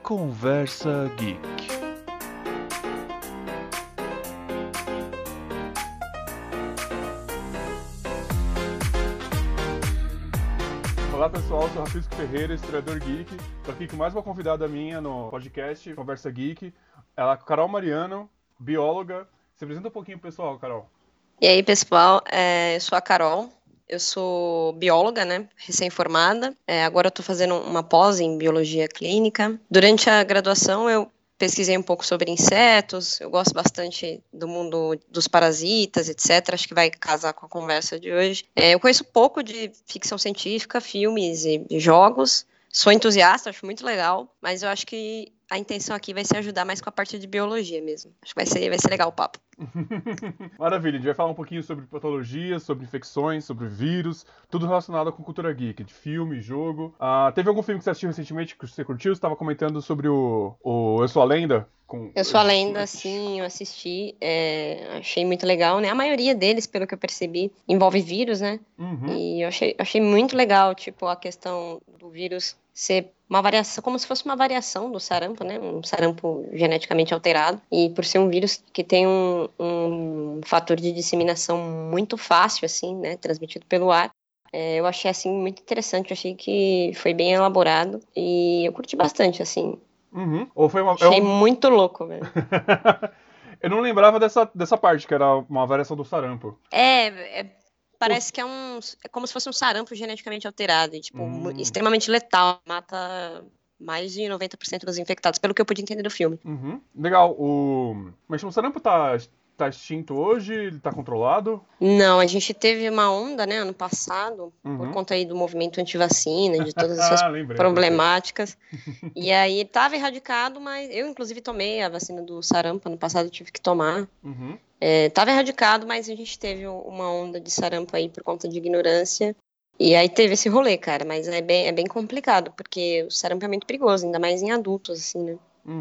Conversa Geek. Olá pessoal, eu sou Rafael Ferreira, historiador geek. Estou aqui com mais uma convidada minha no podcast Conversa Geek. Ela é Carol Mariano, bióloga. Se apresenta um pouquinho pessoal, Carol. E aí pessoal, eu sou a Carol, eu sou bióloga, né, recém-formada. Agora eu estou fazendo uma pós em biologia clínica. Durante a graduação eu pesquisei um pouco sobre insetos, eu gosto bastante do mundo dos parasitas, etc. Acho que vai casar com a conversa de hoje. Eu conheço pouco de ficção científica, filmes e jogos. Sou entusiasta, acho muito legal, mas eu acho que a intenção aqui vai ser ajudar mais com a parte de biologia mesmo. Acho que vai ser legal o papo. Maravilha, a gente vai falar um pouquinho sobre patologias, sobre infecções, sobre vírus, tudo relacionado com cultura geek, de filme, jogo. Teve algum filme que você assistiu recentemente que você curtiu? Você estava comentando sobre o Eu Sou a Lenda? Eu Sou a Lenda, sim, eu assisti, achei muito legal, né? A maioria deles, pelo que eu percebi, envolve vírus, né? Uhum. E eu achei muito legal, tipo, a questão do vírus ser uma variação, como se fosse uma variação do sarampo, né? Um sarampo geneticamente alterado. E por ser um vírus que tem um fator de disseminação muito fácil, assim, né? Transmitido pelo ar. Eu achei, assim, muito interessante. Eu achei que foi bem elaborado. E eu curti bastante, assim. Uhum. Ou foi achei muito louco, velho. Eu não lembrava dessa parte, que era uma variação do sarampo. Parece que é como se fosse um sarampo geneticamente alterado, e, tipo, extremamente letal, mata mais de 90% dos infectados, pelo que eu pude entender do filme. Uhum. Legal, mas o sarampo tá extinto hoje? Ele tá controlado? Não, a gente teve uma onda, né, ano passado, por conta aí do movimento antivacina, de todas essas problemáticas, e aí estava erradicado, mas eu, inclusive, tomei a vacina do sarampo, ano passado eu tive que tomar. Estava erradicado, mas a gente teve uma onda de sarampo aí por conta de ignorância. E aí teve esse rolê, cara, mas é bem complicado, porque o sarampo é muito perigoso, ainda mais em adultos, assim, né?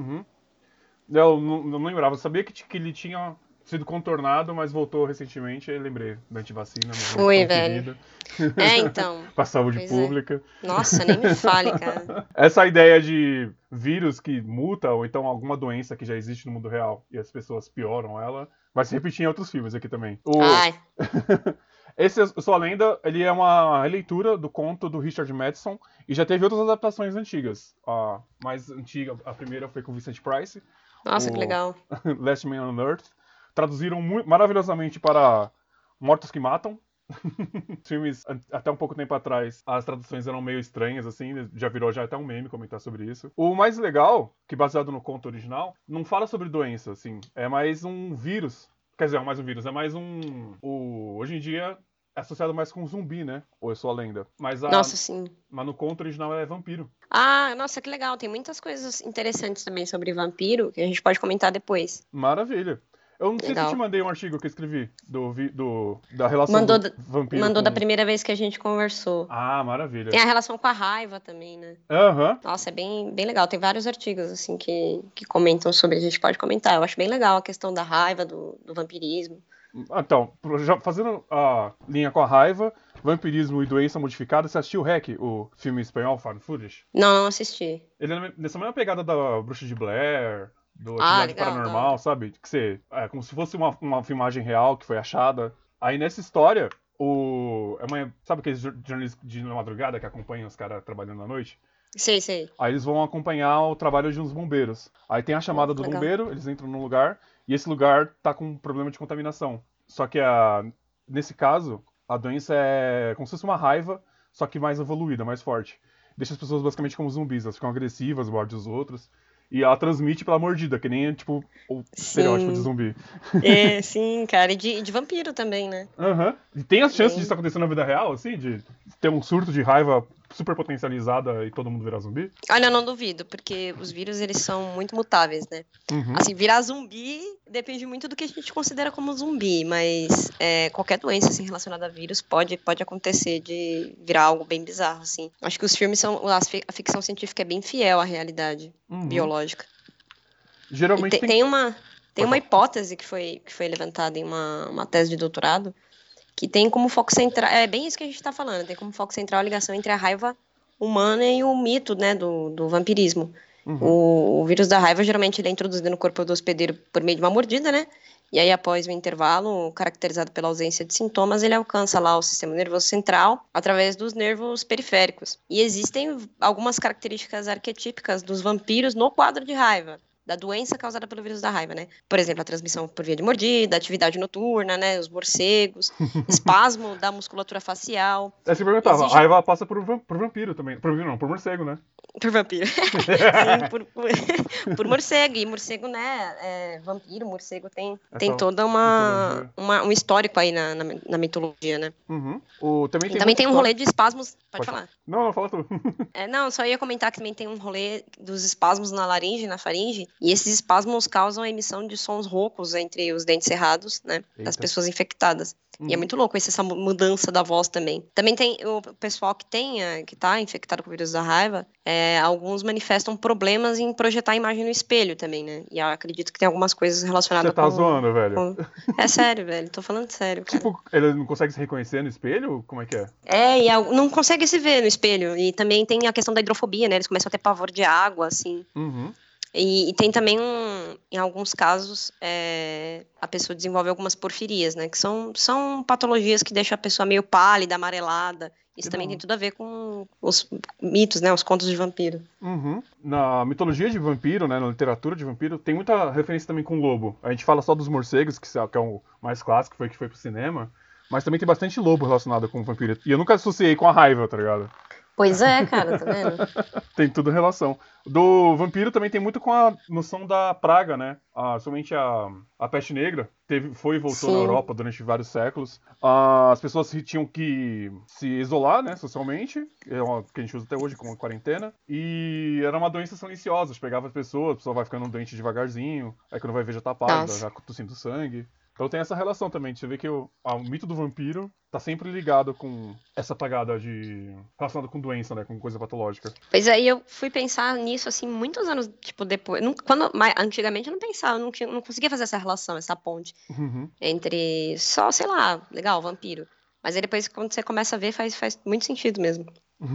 Eu não lembrava, eu sabia que ele tinha sido contornado, mas voltou recentemente, aí lembrei da antivacina. Foi, velho. Então. Pra saúde pública. Nossa, nem me fale, cara. Essa ideia de vírus que muta, ou então alguma doença que já existe no mundo real, e as pessoas pioram ela, vai se repetir em outros filmes aqui também. Ai. Esse Eu Sou a Lenda, ele é uma releitura do conto do Richard Matheson, e já teve outras adaptações antigas. A mais antiga, a primeira foi com Vincent Price. Nossa, que legal. Last Man on Earth. Traduziram maravilhosamente para Mortos que Matam. Filmes, até um pouco tempo atrás, as traduções eram meio estranhas, assim, já virou até um meme comentar sobre isso. O mais legal, que baseado no conto original, não fala sobre doença, assim, é mais um vírus. Quer dizer, é mais um vírus, é mais hoje em dia é associado mais com zumbi, né? Ou Eu Sou a Lenda. Nossa, sim. Mas no conto original é vampiro. Nossa, que legal. Tem muitas coisas interessantes também sobre vampiro que a gente pode comentar depois. Maravilha. Eu não sei se eu te mandei um artigo que eu escrevi da relação do vampiro. Mandou da primeira vez que a gente conversou. Maravilha. Tem a relação com a raiva também, né? Nossa, é bem legal. Tem vários artigos, assim, que comentam sobre. A gente pode comentar. Eu acho bem legal a questão da raiva, do vampirismo. Então, já fazendo a linha com a raiva, vampirismo e doença modificada, você assistiu o REC, o filme espanhol Found Footage? Não assisti. Ele é nessa mesma pegada da Bruxa de Blair, do Atividade Paranormal, sabe? Como se fosse uma filmagem real que foi achada. Aí nessa história, sabe aqueles jornalistas de madrugada que acompanham os caras trabalhando à noite? Sei. Aí eles vão acompanhar o trabalho de uns bombeiros. Aí tem a chamada do bombeiro, eles entram num lugar, e esse lugar tá com um problema de contaminação. Só que nesse caso, a doença é como se fosse uma raiva, só que mais evoluída, mais forte. Deixa as pessoas basicamente como zumbis, elas ficam agressivas, mordem os outros. E ela transmite pela mordida, que nem, tipo, o estereótipo de zumbi. Sim, cara. E de vampiro também, né? E tem as chances disso acontecer na vida real, assim? De ter um surto de raiva super potencializada e todo mundo virar zumbi? Olha, eu não duvido, porque os vírus, eles são muito mutáveis, né? Assim, virar zumbi depende muito do que a gente considera como zumbi, mas qualquer doença, assim, relacionada a vírus pode acontecer de virar algo bem bizarro, assim. Acho que os filmes a ficção científica é bem fiel à realidade biológica. Geralmente tem uma hipótese que foi levantada em uma tese de doutorado, que tem como foco central, é bem isso que a gente está falando, tem como foco central a ligação entre a raiva humana e o mito, né, do vampirismo. O vírus da raiva, geralmente, ele é introduzido no corpo do hospedeiro por meio de uma mordida, né? E aí, após o intervalo, caracterizado pela ausência de sintomas, ele alcança lá o sistema nervoso central através dos nervos periféricos. E existem algumas características arquetípicas dos vampiros no quadro de raiva, da doença causada pelo vírus da raiva, né? Por exemplo, a transmissão por via de mordida, atividade noturna, né? Os morcegos, espasmo da musculatura facial. É, se perguntava, a raiva passa por vampiro também. Por vampiro não, por morcego, né? Por vampiro. Sim, por morcego. E morcego, né? Vampiro, morcego tem toda um histórico aí na mitologia, né? Também tem um rolê de espasmos. Pode falar. Não, fala tu. Não, só ia comentar que também tem um rolê dos espasmos na laringe e na faringe. E esses espasmos causam a emissão de sons roucos entre os dentes cerrados, né? Das pessoas infectadas. E é muito louco essa mudança da voz também. Também tem o pessoal que tá infectado com o vírus da raiva, alguns manifestam problemas em projetar a imagem no espelho também, né? E eu acredito que tem algumas coisas relacionadas com... Você tá zoando, velho? É sério, velho. Tô falando sério, cara. Tipo, ele não consegue se reconhecer no espelho? Como é que é? E não consegue se ver no espelho. E também tem a questão da hidrofobia, né? Eles começam a ter pavor de água, assim. E tem também, em alguns casos, a pessoa desenvolve algumas porfirias, né? Que são patologias que deixam a pessoa meio pálida, amarelada. Isso também tem tudo a ver com os mitos, né? Os contos de vampiro. Na mitologia de vampiro, né? Na literatura de vampiro, tem muita referência também com o lobo. A gente fala só dos morcegos, que é o mais clássico, que foi pro cinema. Mas também tem bastante lobo relacionado com o vampiro. E eu nunca associei com a raiva, tá ligado? Pois é, cara, tá vendo? Tem tudo relação. Do vampiro também tem muito com a noção da praga, né? Somente a peste negra foi e voltou na Europa durante vários séculos. As pessoas tinham que se isolar, né, socialmente, que a gente usa até hoje como quarentena. E era uma doença silenciosa, pegava as pessoas, a pessoa vai ficando doente devagarzinho, aí quando vai ver já tá pálida, já tossindo sangue. Então tem essa relação também, você vê que o mito do vampiro tá sempre ligado com essa pegada relacionada com doença, né, com coisa patológica. Pois aí eu fui pensar nisso, assim, muitos anos, tipo, depois, antigamente eu não pensava, eu não conseguia fazer essa relação, essa ponte entre só, sei lá, legal, vampiro. Mas aí depois, quando você começa a ver, faz muito sentido mesmo.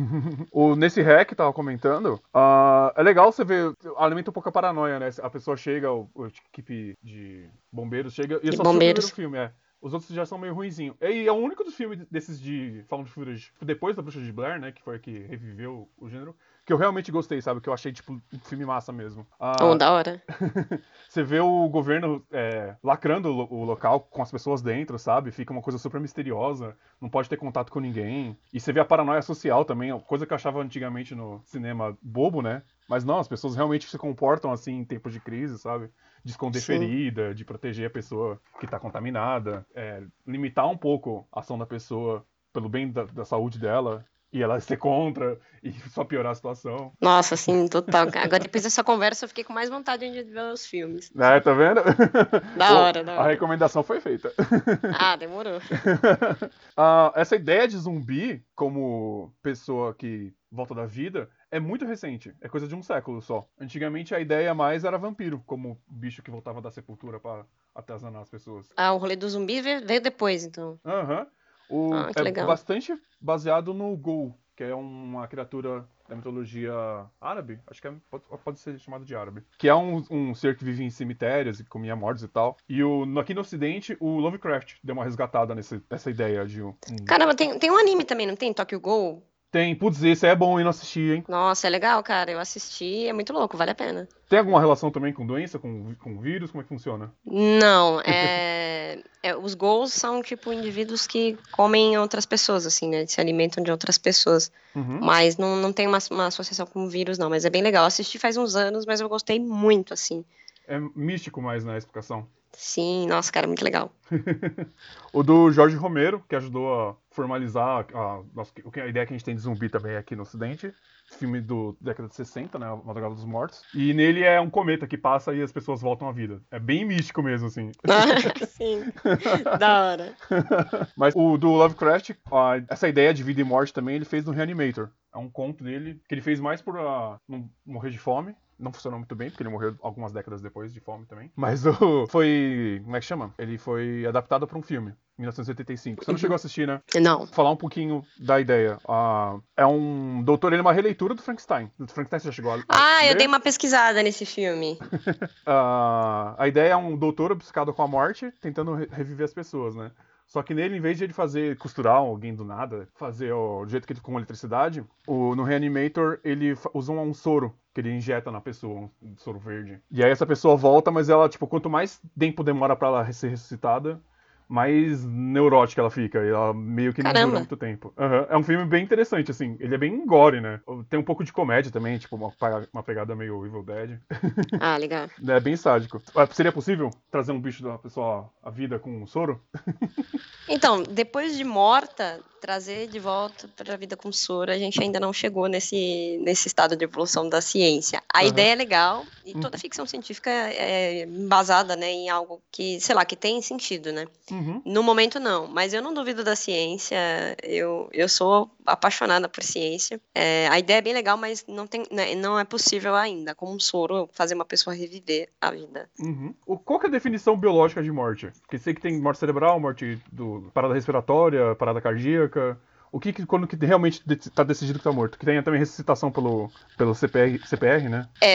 Nesse hack, tava comentando, é legal você ver, alimenta um pouco a paranoia, né? A pessoa chega, a equipe de bombeiros chega, e eu só assisti o primeiro filme, Os outros já são meio ruinzinhos. E é o único dos filmes desses de Found Footage, depois da Bruxa de Blair, né, que foi a que reviveu o gênero, que eu realmente gostei, sabe? Que eu achei, tipo, um filme massa mesmo. Da hora. Você vê o governo lacrando o local com as pessoas dentro, sabe? Fica uma coisa super misteriosa, não pode ter contato com ninguém. E você vê a paranoia social também, coisa que eu achava antigamente no cinema bobo, né? Mas não, as pessoas realmente se comportam assim em tempos de crise, sabe? De esconder ferida, de proteger a pessoa que tá contaminada, limitar um pouco a ação da pessoa pelo bem da saúde dela. E ela ser contra e só piorar a situação. Nossa, assim, total. Agora, depois dessa conversa, eu fiquei com mais vontade de ver os filmes. Tá vendo? Da hora. A recomendação foi feita. Demorou. Essa ideia de zumbi como pessoa que volta da vida é muito recente. É coisa de um século só. Antigamente a ideia mais era vampiro, como bicho que voltava da sepultura para atazanar as pessoas. O rolê do zumbi veio depois, então. É legal. bastante baseado no Ghoul, que é uma criatura da mitologia árabe, acho que pode ser chamado de árabe, que é um ser que vive em cemitérios e comia mortos e tal. E aqui no ocidente, o Lovecraft deu uma resgatada nessa ideia de Caramba, tem um anime também, não tem? Tokyo Ghoul? Tem, putz, esse é bom ir não assistir, hein? Nossa, é legal, cara. Eu assisti, é muito louco, vale a pena. Tem alguma relação também com doença, com vírus? Como é que funciona? Não, os ghouls são, tipo, indivíduos que comem outras pessoas, assim, né? Se alimentam de outras pessoas. Mas não tem uma associação com vírus, não. Mas é bem legal. Eu assisti faz uns anos, mas eu gostei muito, assim. É místico mais na explicação. Sim, nossa, cara, muito legal. O do Jorge Romero, que ajudou a formalizar a ideia que a gente tem de zumbi também aqui no Ocidente. Filme do década de 60, né? Madrugada dos Mortos. E nele é um cometa que passa e as pessoas voltam à vida. É bem místico mesmo, assim. Sim, da hora. Mas o do Lovecraft, essa ideia de vida e morte também, ele fez no Reanimator. É um conto dele que ele fez mais por não morrer de fome não funcionou muito bem, porque ele morreu algumas décadas depois de fome também. Mas foi... Como é que chama? Ele foi adaptado pra um filme, 1985. Você não chegou a assistir, né? Não. Vou falar um pouquinho da ideia. É um doutor, ele é uma releitura do Frankenstein. Do Frankenstein você já chegou a ler? Eu dei uma pesquisada nesse filme. A ideia é um doutor obcecado com a morte, tentando reviver as pessoas, né? Só que nele, em vez de ele costurar alguém do nada, fazer do jeito que ele com eletricidade, no Reanimator ele usa um soro que ele injeta na pessoa, um soro verde. E aí essa pessoa volta, mas ela, tipo, quanto mais tempo demora pra ela ser ressuscitada, mais neurótica ela fica. E ela meio que não dura muito tempo. É um filme bem interessante, assim. Ele é bem gore, né? Tem um pouco de comédia também, tipo, uma pegada meio Evil Dead. Ah, legal. É bem sádico. Seria possível trazer um bicho da pessoa à vida com um soro? Então, depois de morta, trazer de volta para a vida com soro, a gente ainda não chegou nesse estado de evolução da ciência. A ideia é legal, e toda ficção científica é embasada, né, em algo que, sei lá, que tem sentido, né? No momento, não. Mas eu não duvido da ciência, eu sou apaixonada por ciência. A ideia é bem legal, mas não é possível ainda, com um soro, fazer uma pessoa reviver a vida. Qual que é a definição biológica de morte? Porque sei que tem morte cerebral, morte parada respiratória, parada cardíaca. Quando que realmente está decidido que está morto? Que tenha também ressuscitação pelo CPR, né? É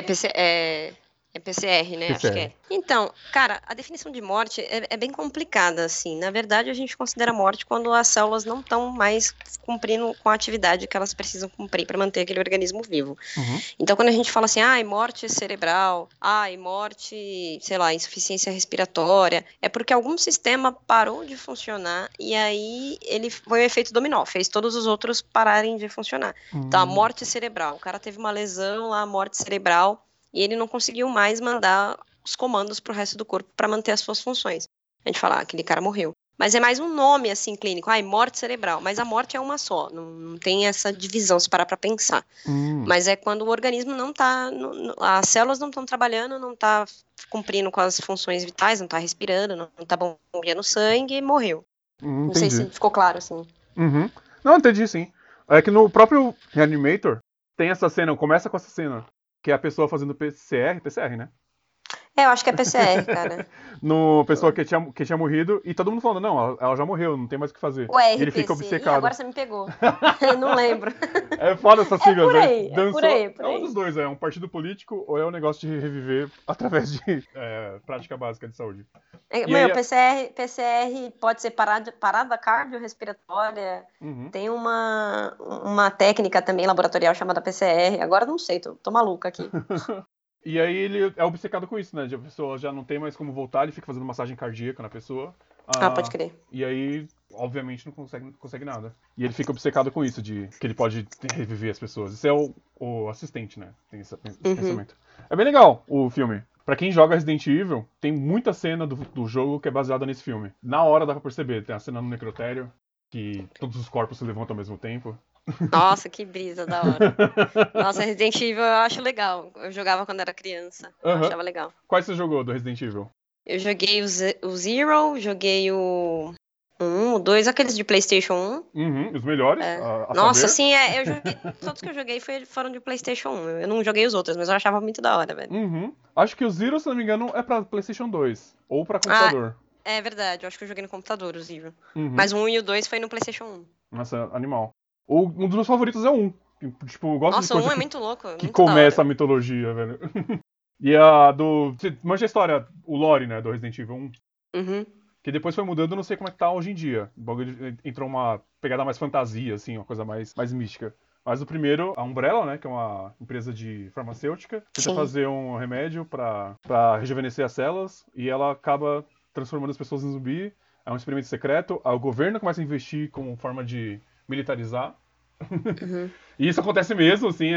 PCR, né? PCR. Acho que é. Então, cara, a definição de morte é bem complicada, assim. Na verdade, a gente considera morte quando as células não estão mais cumprindo com a atividade que elas precisam cumprir para manter aquele organismo vivo. Então, quando a gente fala assim, morte cerebral, morte, sei lá, insuficiência respiratória, é porque algum sistema parou de funcionar e aí ele foi um efeito dominó, fez todos os outros pararem de funcionar. Então, a morte cerebral, o cara teve uma lesão lá, morte cerebral, e ele não conseguiu mais mandar os comandos pro resto do corpo para manter as suas funções. A gente fala, aquele cara morreu. Mas é mais um nome, assim, clínico. Morte cerebral. Mas a morte é uma só. Não tem essa divisão, se parar pra pensar. Mas é quando o organismo não tá... as células não estão trabalhando, não tá cumprindo com as funções vitais, não tá respirando, não tá bombeando sangue e morreu. Não sei se ficou claro, assim. Não, entendi, sim. É que no próprio Reanimator tem essa cena, começa com essa cena, que é a pessoa fazendo PCR, né? Eu acho que é PCR, cara. Pessoa que tinha morrido, e todo mundo falando, não, ela já morreu, não tem mais o que fazer. Ué, e ele fica obcecado. Agora você me pegou. Não lembro. É foda essa sigla, por aí, né? Dançou, por aí. É um dos dois, é um partido político ou é um negócio de reviver através de prática básica de saúde. PCR pode ser parada cardiorrespiratória. Tem uma técnica também laboratorial chamada PCR. Agora não sei, tô maluca aqui. E aí ele é obcecado com isso, né? A pessoa já não tem mais como voltar, ele fica fazendo massagem cardíaca na pessoa. Pode crer. E aí, obviamente, não consegue nada. E ele fica obcecado com isso, de que ele pode reviver as pessoas. Isso é o assistente, né? Tem esse pensamento. É bem legal o filme. Pra quem joga Resident Evil, tem muita cena do jogo que é baseada nesse filme. Na hora dá pra perceber. Tem a cena no necrotério, que todos os corpos se levantam ao mesmo tempo. Nossa, que brisa da hora. Nossa, Resident Evil eu acho legal. Eu jogava quando era criança. Eu achava legal. Quais você jogou do Resident Evil? Eu joguei o Zero, joguei o 1, o 2, aqueles de PlayStation 1. Os melhores. Nossa, sim, eu joguei. Todos que eu joguei foram de PlayStation 1. Eu não joguei os outros, mas eu achava muito da hora, velho. Acho que o Zero, se não me engano, é pra PlayStation 2. Ou pra computador. É verdade, eu acho que eu joguei no computador o Zero. Mas o 1 e o 2 foi no PlayStation 1. Nossa, animal. Um dos meus favoritos é o 1. Tipo, eu gosto Nossa, de coisa o 1 é muito louco. que começa a mitologia, velho. E a do... Você manja a história, o lore, né, do Resident Evil 1? Que depois foi mudando, não sei como é que tá hoje em dia. O bagulho entrou uma pegada mais fantasia, assim, uma coisa mais mística. Mas o primeiro, a Umbrella, né, que é uma empresa de farmacêutica, tenta fazer um remédio pra rejuvenescer as células, e ela acaba transformando as pessoas em zumbi. É um experimento secreto. Aí o governo começa a investir como forma de militarizar. E isso acontece mesmo, assim,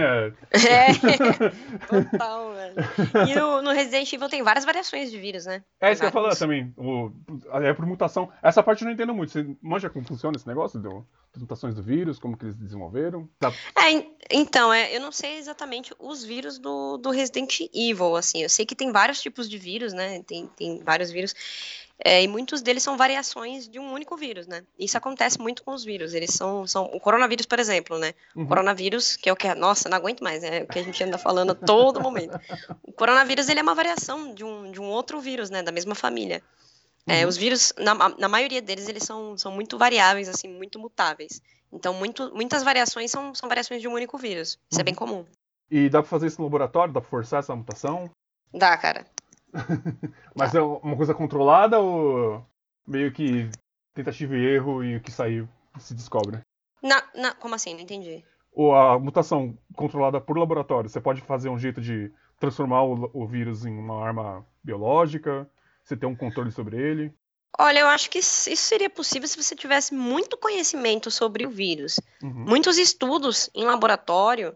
total, velho. E no Resident Evil tem várias variações de vírus, né? É isso que eu ia falar também. É por mutação. Essa parte eu não entendo muito. Você manja como funciona esse negócio das mutações do vírus, como que eles desenvolveram? Então, eu não sei exatamente os vírus do Resident Evil, assim. Eu sei que tem vários tipos de vírus, né? Tem vários vírus. E muitos deles são variações de um único vírus, né? Isso acontece muito com os vírus. Eles são o coronavírus, por exemplo, né? O coronavírus coronavírus, que é o que... Nossa, não aguento mais, é o que a gente anda falando a todo momento. O coronavírus, ele é uma variação de um outro vírus, né, da mesma família. Os vírus, na maioria deles, eles são muito variáveis, assim, muito mutáveis. Então, muitas variações são variações de um único vírus. Isso é bem comum. E dá pra fazer isso no laboratório? Dá pra forçar essa mutação? Dá, cara. Mas é uma coisa controlada ou meio que tentativa e erro e o que sair se descobre? Como assim? Não entendi. Ou a mutação controlada por laboratório, você pode fazer um jeito de transformar o vírus em uma arma biológica? Você ter um controle sobre ele? Olha, eu acho que isso seria possível se você tivesse muito conhecimento sobre o vírus. Muitos estudos em laboratório,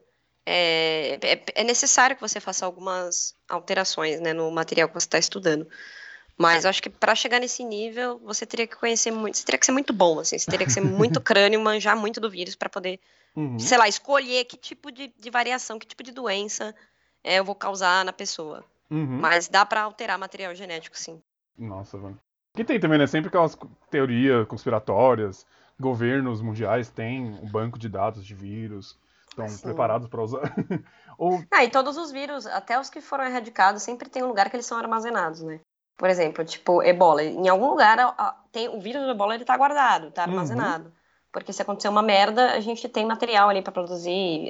é necessário que você faça algumas alterações, né, no material que você está estudando. Mas eu acho que para chegar nesse nível, você teria que conhecer muito, você teria que ser muito bom, assim, você teria que ser muito crânio, manjar muito do vírus para poder, sei lá, escolher que tipo de variação, que tipo de doença eu vou causar na pessoa. Mas dá para alterar material genético, sim. Nossa, mano. Que tem também, né? Sempre aquelas teorias conspiratórias, governos mundiais têm um banco de dados de vírus, estão preparados para usar. E todos os vírus, até os que foram erradicados, sempre tem um lugar que eles são armazenados, né? Por exemplo, tipo, ebola. Em algum lugar, o vírus do ebola, ele tá guardado, tá armazenado. Porque se acontecer uma merda, a gente tem material ali para produzir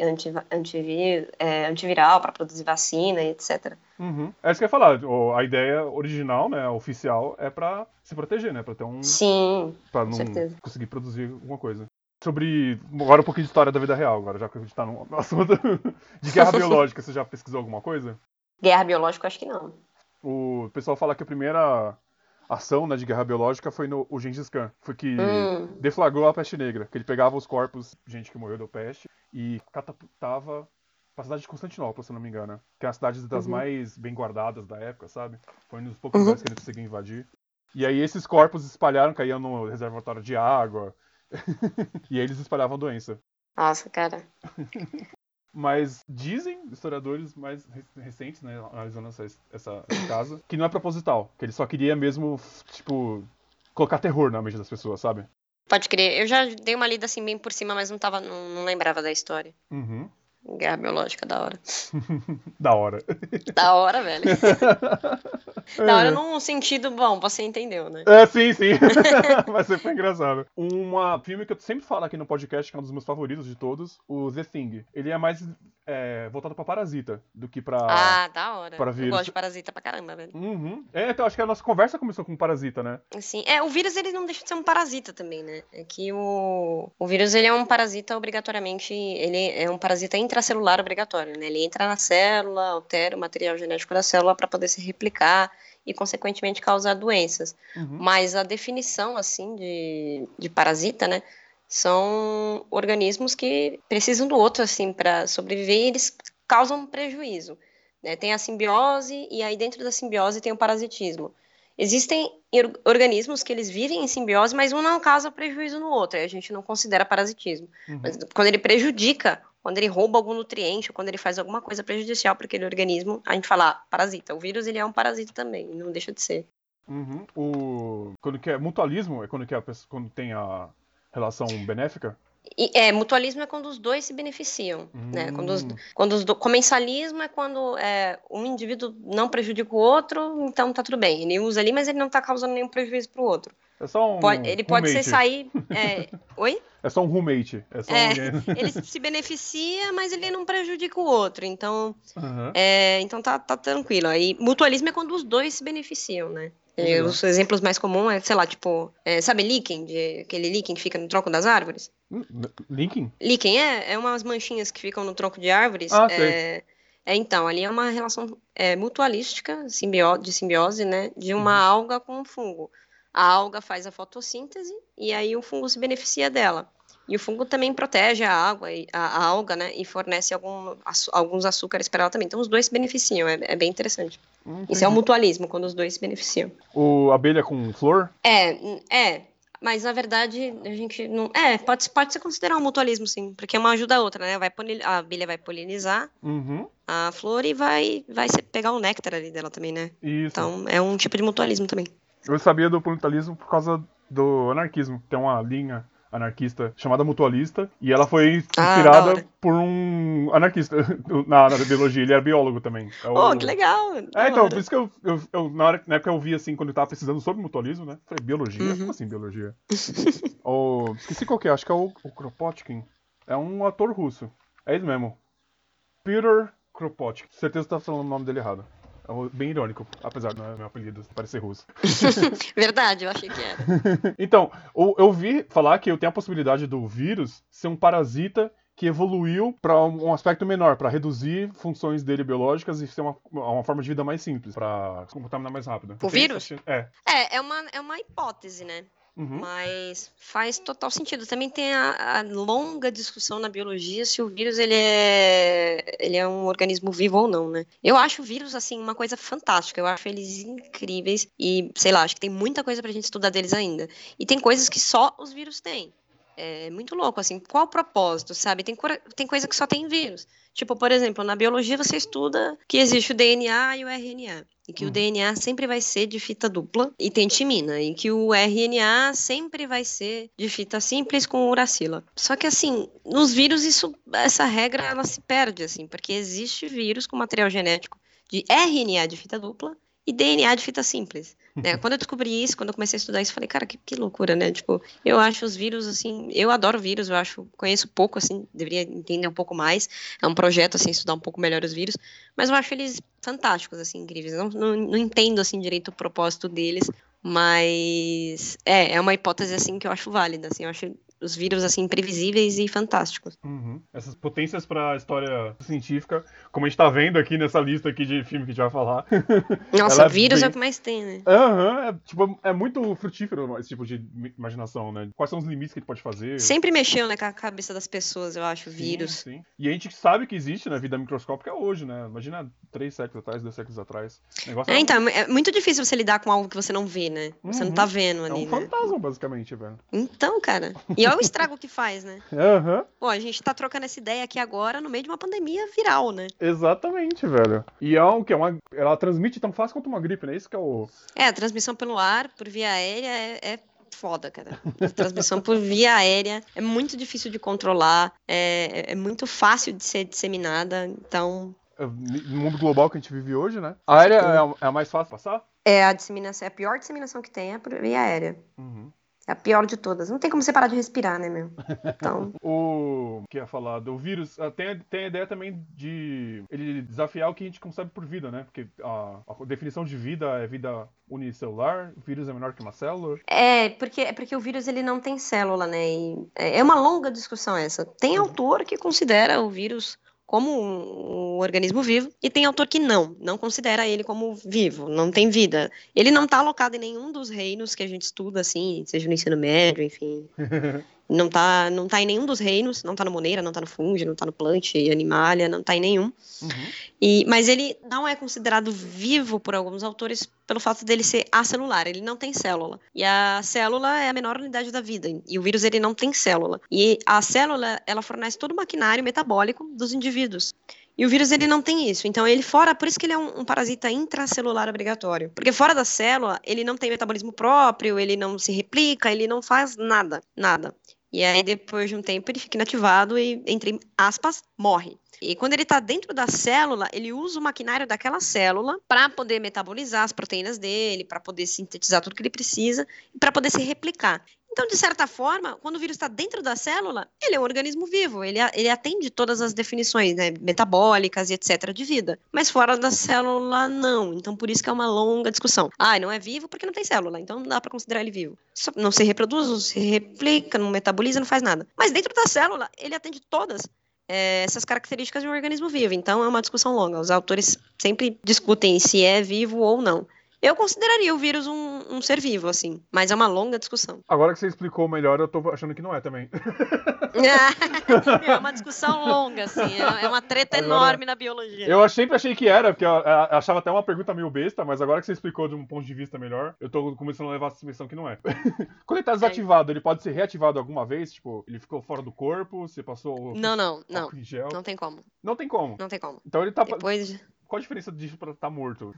antiviral, para produzir vacina e etc. É isso que eu ia falar. A ideia original, né, oficial, é pra se proteger, né? Pra ter Sim, pra não certeza. conseguir produzir alguma coisa. Agora um pouquinho de história da vida real, agora, já que a gente tá no assunto de guerra biológica. Você já pesquisou alguma coisa? Guerra biológica, eu acho que não. O pessoal fala que a primeira ação, né, de guerra biológica foi o Gengis Khan. Foi que deflagrou a peste negra. Que ele pegava os corpos de gente que morreu da peste e catapultava pra cidade de Constantinopla, se eu não me engano. Que é a cidade das mais bem guardadas da época, sabe? Foi um dos poucos lugares que ele conseguiu invadir. E aí esses corpos espalharam, caíam no reservatório de água. E aí eles espalhavam doença. Nossa, cara. Mas dizem historiadores mais recentes, né, analisando esse caso, que não é proposital, que ele só queria mesmo, tipo, colocar terror na mente das pessoas, sabe? Pode crer. Eu já dei uma lida assim bem por cima, mas não lembrava da história. Guerra biológica, da hora. Da hora. Da hora, velho. Da hora num sentido bom, você entendeu, né? Sim. Mas sempre foi engraçado. Um filme que eu sempre falo aqui no podcast, que é um dos meus favoritos de todos, o The Thing. Ele é mais voltado pra parasita do que pra... da hora. Pra vírus. Eu gosto de parasita pra caramba, velho. Então acho que a nossa conversa começou com parasita, né? Sim. O vírus, ele não deixa de ser um parasita também, né? É que o vírus, ele é um parasita obrigatoriamente, ele é um parasita intracelular obrigatório, né? Ele entra na célula, altera o material genético da célula para poder se replicar e, consequentemente, causar doenças. Mas a definição, assim, de parasita, né? São organismos que precisam do outro, assim, para sobreviver e eles causam prejuízo, né? Tem a simbiose e aí dentro da simbiose tem o parasitismo. Existem organismos que eles vivem em simbiose, mas um não causa prejuízo no outro, aí a gente não considera parasitismo. Mas quando ele prejudica, quando ele rouba algum nutriente, ou quando ele faz alguma coisa prejudicial para aquele organismo, a gente fala parasita. O vírus, ele é um parasita também, não deixa de ser. Quando que é mutualismo, é quando tem a relação benéfica? Mutualismo é quando os dois se beneficiam, né? Comensalismo é quando um indivíduo não prejudica o outro, então tá tudo bem. Ele usa ali, mas ele não tá causando nenhum prejuízo pro outro. É só um ele pode ser sair... Oi? É só um roommate. Ele se beneficia, mas ele não prejudica o outro. Então, então tá tranquilo. Aí, mutualismo é quando os dois se beneficiam, né? Os exemplos mais comuns sei lá, tipo, sabe líquen? Aquele líquen que fica no tronco das árvores? Líquen? Líquen é umas manchinhas que ficam no tronco de árvores. Sei. Então, ali é uma relação mutualística, de simbiose, né? De uma alga com um fungo. A alga faz a fotossíntese e aí o fungo se beneficia dela. E o fungo também protege a água, a alga, né? E fornece alguns açúcares para ela também. Então, os dois se beneficiam. É bem interessante. Isso é o mutualismo, quando os dois se beneficiam. O abelha com flor? Mas, na verdade, a gente não... pode se considerar um mutualismo, sim. Porque uma ajuda a outra, né? A abelha vai polinizar a flor e vai pegar o néctar ali dela também, né? Isso. Então, é um tipo de mutualismo também. Eu sabia do mutualismo por causa do anarquismo. Tem uma linha anarquista chamada Mutualista, e ela foi Da inspirada hora. por um anarquista na biologia, ele era biólogo também. Oh, que legal. Da Então, por hora. isso que na época eu vi, assim, quando eu tava pesquisando sobre mutualismo, né? Falei, biologia? Como Uhum. assim, biologia? Esqueci qual que é, acho que é o Kropotkin. É um ator russo. É ele mesmo. Peter Kropotkin. Certeza que tá falando o nome dele errado. Bem irônico, apesar do meu apelido parecer russo. Verdade, eu achei que era. Então, eu vi falar que eu tenho a possibilidade do vírus ser um parasita que evoluiu para um aspecto menor, para reduzir funções dele biológicas e ser uma forma de vida mais simples, para se contaminar mais rápido. O vírus? É. É uma hipótese, né? Uhum. Mas faz total sentido. Também tem a longa discussão na biologia se o vírus ele é um organismo vivo ou não, né? Eu acho o vírus, assim, uma coisa fantástica. Eu acho eles incríveis e, sei lá, acho que tem muita coisa pra gente estudar deles ainda. E tem coisas que só os vírus têm. É muito louco, assim. Qual o propósito, sabe? Tem coisa que só tem vírus. Tipo, por exemplo, na biologia você estuda que existe o DNA e o RNA. E que o DNA sempre vai ser de fita dupla e tem timina. E que o RNA sempre vai ser de fita simples com uracila. Só que, assim, nos vírus essa regra ela se perde, assim. Porque existe vírus com material genético de RNA de fita dupla e DNA de fita simples. Né? Quando eu descobri isso, quando eu comecei a estudar isso, eu falei, cara, que loucura, né? Tipo, eu acho os vírus, assim, eu adoro vírus, conheço pouco, assim, deveria entender um pouco mais. É um projeto, assim, estudar um pouco melhor os vírus, mas eu acho eles fantásticos, assim, incríveis. Não entendo, assim, direito o propósito deles, mas é uma hipótese, assim, que eu acho válida, assim, eu acho os vírus, assim, imprevisíveis e fantásticos. Uhum. Essas potências pra história científica, como a gente tá vendo aqui nessa lista aqui de filme que a gente vai falar. Nossa, Ela é vírus é o bem... que mais tem, né? É muito frutífero esse tipo de imaginação, né? Quais são os limites que ele pode fazer? Sempre mexeu, né, com a cabeça das pessoas, eu acho, Sim, vírus. sim. E a gente sabe que existe, né, vida microscópica hoje, né? Imagina 3 séculos atrás, 2 séculos atrás. O negócio era Então, é muito difícil você lidar com algo que você não vê, né? Você não tá vendo É um ali, né? fantasma, basicamente, velho. Então, cara, e olha o estrago que faz, né? Aham. Pô, a gente tá trocando essa ideia aqui agora no meio de uma pandemia viral, né? Exatamente, velho. E é o que? Ela transmite tão fácil quanto uma gripe, né? Isso que é o. A transmissão pelo ar, por via aérea, é foda, cara. A transmissão por via aérea é muito difícil de controlar, é muito fácil de ser disseminada, então. No mundo global que a gente vive hoje, né? Com A aérea certeza. é a mais fácil de passar? A disseminação, a pior disseminação que tem é por via aérea. Uhum. É a pior de todas. Não tem como você parar de respirar, né, meu? Então. O que ia falar do vírus, tem a ideia também de ele desafiar o que a gente concebe por vida, né? Porque a definição de vida é vida unicelular, o vírus é menor que uma célula. Porque o vírus ele não tem célula, né? E é uma longa discussão essa. Tem autor que considera o vírus como um organismo vivo e tem autor que não considera ele como vivo, não tem vida. Ele não está alocado em nenhum dos reinos que a gente estuda, assim, seja no ensino médio, enfim. Não tá em nenhum dos reinos, não tá no Moneira, não tá no Fungi, não tá no Plant, Animalia, não tá em nenhum. Mas ele não é considerado vivo por alguns autores pelo fato dele ser acelular, ele não tem célula. E a célula é a menor unidade da vida, e o vírus ele não tem célula. E a célula, ela fornece todo o maquinário metabólico dos indivíduos. E o vírus, ele não tem isso. Então, por isso que ele é um parasita intracelular obrigatório. Porque fora da célula, ele não tem metabolismo próprio, ele não se replica, ele não faz nada. E aí, depois de um tempo, ele fica inativado e, entre aspas, morre. E quando ele está dentro da célula, ele usa o maquinário daquela célula para poder metabolizar as proteínas dele, para poder sintetizar tudo que ele precisa e para poder se replicar. Então, de certa forma, quando o vírus está dentro da célula, ele é um organismo vivo, ele atende todas as definições, né, metabólicas e etc. de vida. Mas fora da célula, não. Então, por isso que é uma longa discussão. Não é vivo porque não tem célula, então não dá para considerar ele vivo. Não se reproduz, não se replica, não metaboliza, não faz nada. Mas dentro da célula, ele atende todas essas características de um organismo vivo. Então, é uma discussão longa. Os autores sempre discutem se é vivo ou não. Eu consideraria o vírus um ser vivo, assim, mas é uma longa discussão. Agora que você explicou melhor, eu tô achando que não é também. É uma discussão longa, assim, é uma treta enorme na biologia. Eu sempre achei que era, porque eu achava até uma pergunta meio besta, mas agora que você explicou de um ponto de vista melhor, eu tô começando a levar essa expressão que não é. Quando ele tá desativado, ele pode ser reativado alguma vez? Tipo, ele ficou fora do corpo, você passou Não. álcool em gel? Não tem como. Não tem como. Não tem como. Então ele tá... Depois... Qual a diferença disso pra estar morto?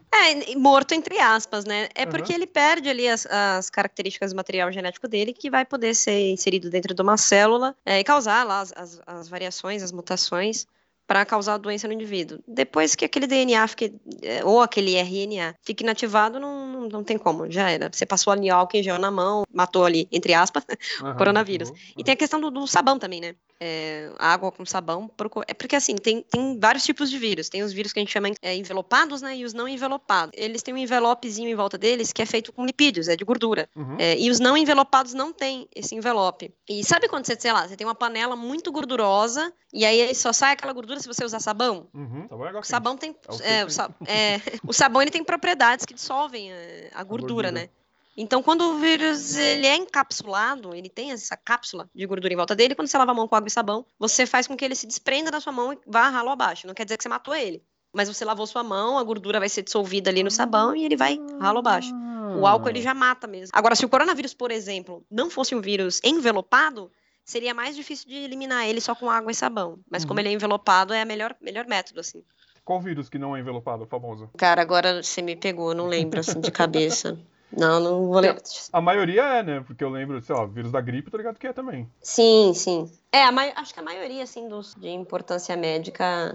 Morto entre aspas, né? É Uhum. porque ele perde ali as características do material genético dele, que vai poder ser inserido dentro de uma célula e causar lá as variações, as mutações, para causar a doença no indivíduo. Depois que aquele DNA fique, ou aquele RNA fique inativado, não tem como, já era. Você passou ali álcool em gel na mão, matou ali, entre aspas, o coronavírus. E tem a questão do sabão também, né? Água com sabão. É porque assim, tem vários tipos de vírus. Tem os vírus que a gente chama envelopados, né? E os não envelopados. Eles têm um envelopezinho em volta deles que é feito com lipídios, é de gordura. E os não envelopados não têm esse envelope. E sabe quando você, sei lá, você tem uma panela muito gordurosa e aí só sai aquela gordura se você usar sabão? Sabão é água O sabão tem. quente. O sabão ele tem propriedades que dissolvem a gordura, né? Então, quando o vírus ele é encapsulado, ele tem essa cápsula de gordura em volta dele, quando você lava a mão com água e sabão, você faz com que ele se desprenda da sua mão e vá ralo abaixo. Não quer dizer que você matou ele, mas você lavou sua mão, a gordura vai ser dissolvida ali no sabão e ele vai ralo abaixo. O álcool ele já mata mesmo. Agora, se o coronavírus, por exemplo, não fosse um vírus envelopado, seria mais difícil de eliminar ele só com água e sabão. Mas como ele é envelopado, é o melhor método, assim. Qual vírus que não é envelopado, famoso? Cara, agora você me pegou, não lembro, assim, de cabeça. Não vou lembrar. A maioria é, né? Porque eu lembro, sei lá, vírus da gripe, tá ligado que é também. Sim. Acho que a maioria, assim, dos de importância médica,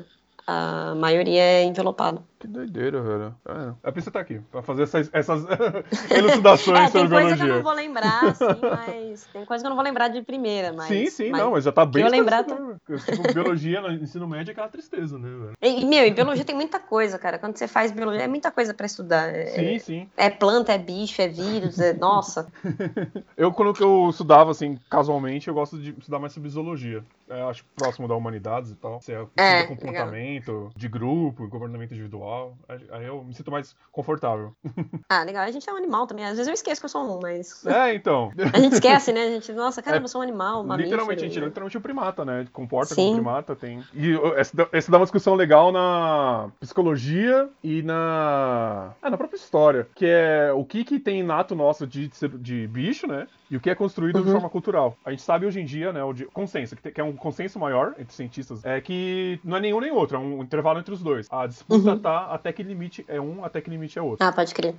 a maioria é envelopado. Que doideira, velho. É por isso você tá aqui, pra fazer essas elucidações sobre biologia. Tem coisa que eu não vou lembrar, assim, mas... Tem coisa que eu não vou lembrar de primeira, mas... Sim, mas já tá bem esclarecedor. Tipo, biologia no ensino médio é aquela tristeza, né, velho? E biologia tem muita coisa, cara. Quando você faz biologia, é muita coisa pra estudar. Sim. É planta, é bicho, é vírus, nossa. Quando eu estudava, assim, casualmente, eu gosto de estudar mais sobre zoologia. Acho próximo da humanidades e tal. Você estuda comportamento de grupo, comportamento individual. Aí eu me sinto mais confortável. Legal. A gente é um animal também. Às vezes eu esqueço que eu sou um, mas... Então. A gente esquece, né? A gente, nossa, caramba, eu sou um animal, um mamífero. Literalmente, a gente é literalmente um primata, né? Comporta como primata, tem... E essa dá uma discussão legal na psicologia e na própria história, que é o que tem inato nosso de bicho, né? E o que é construído de forma cultural. A gente sabe hoje em dia, né, o consenso, que é um consenso maior entre cientistas, é que não é nenhum nem outro, é um intervalo entre os dois. A disputa tá até que limite é um, até que limite é outro. Pode crer.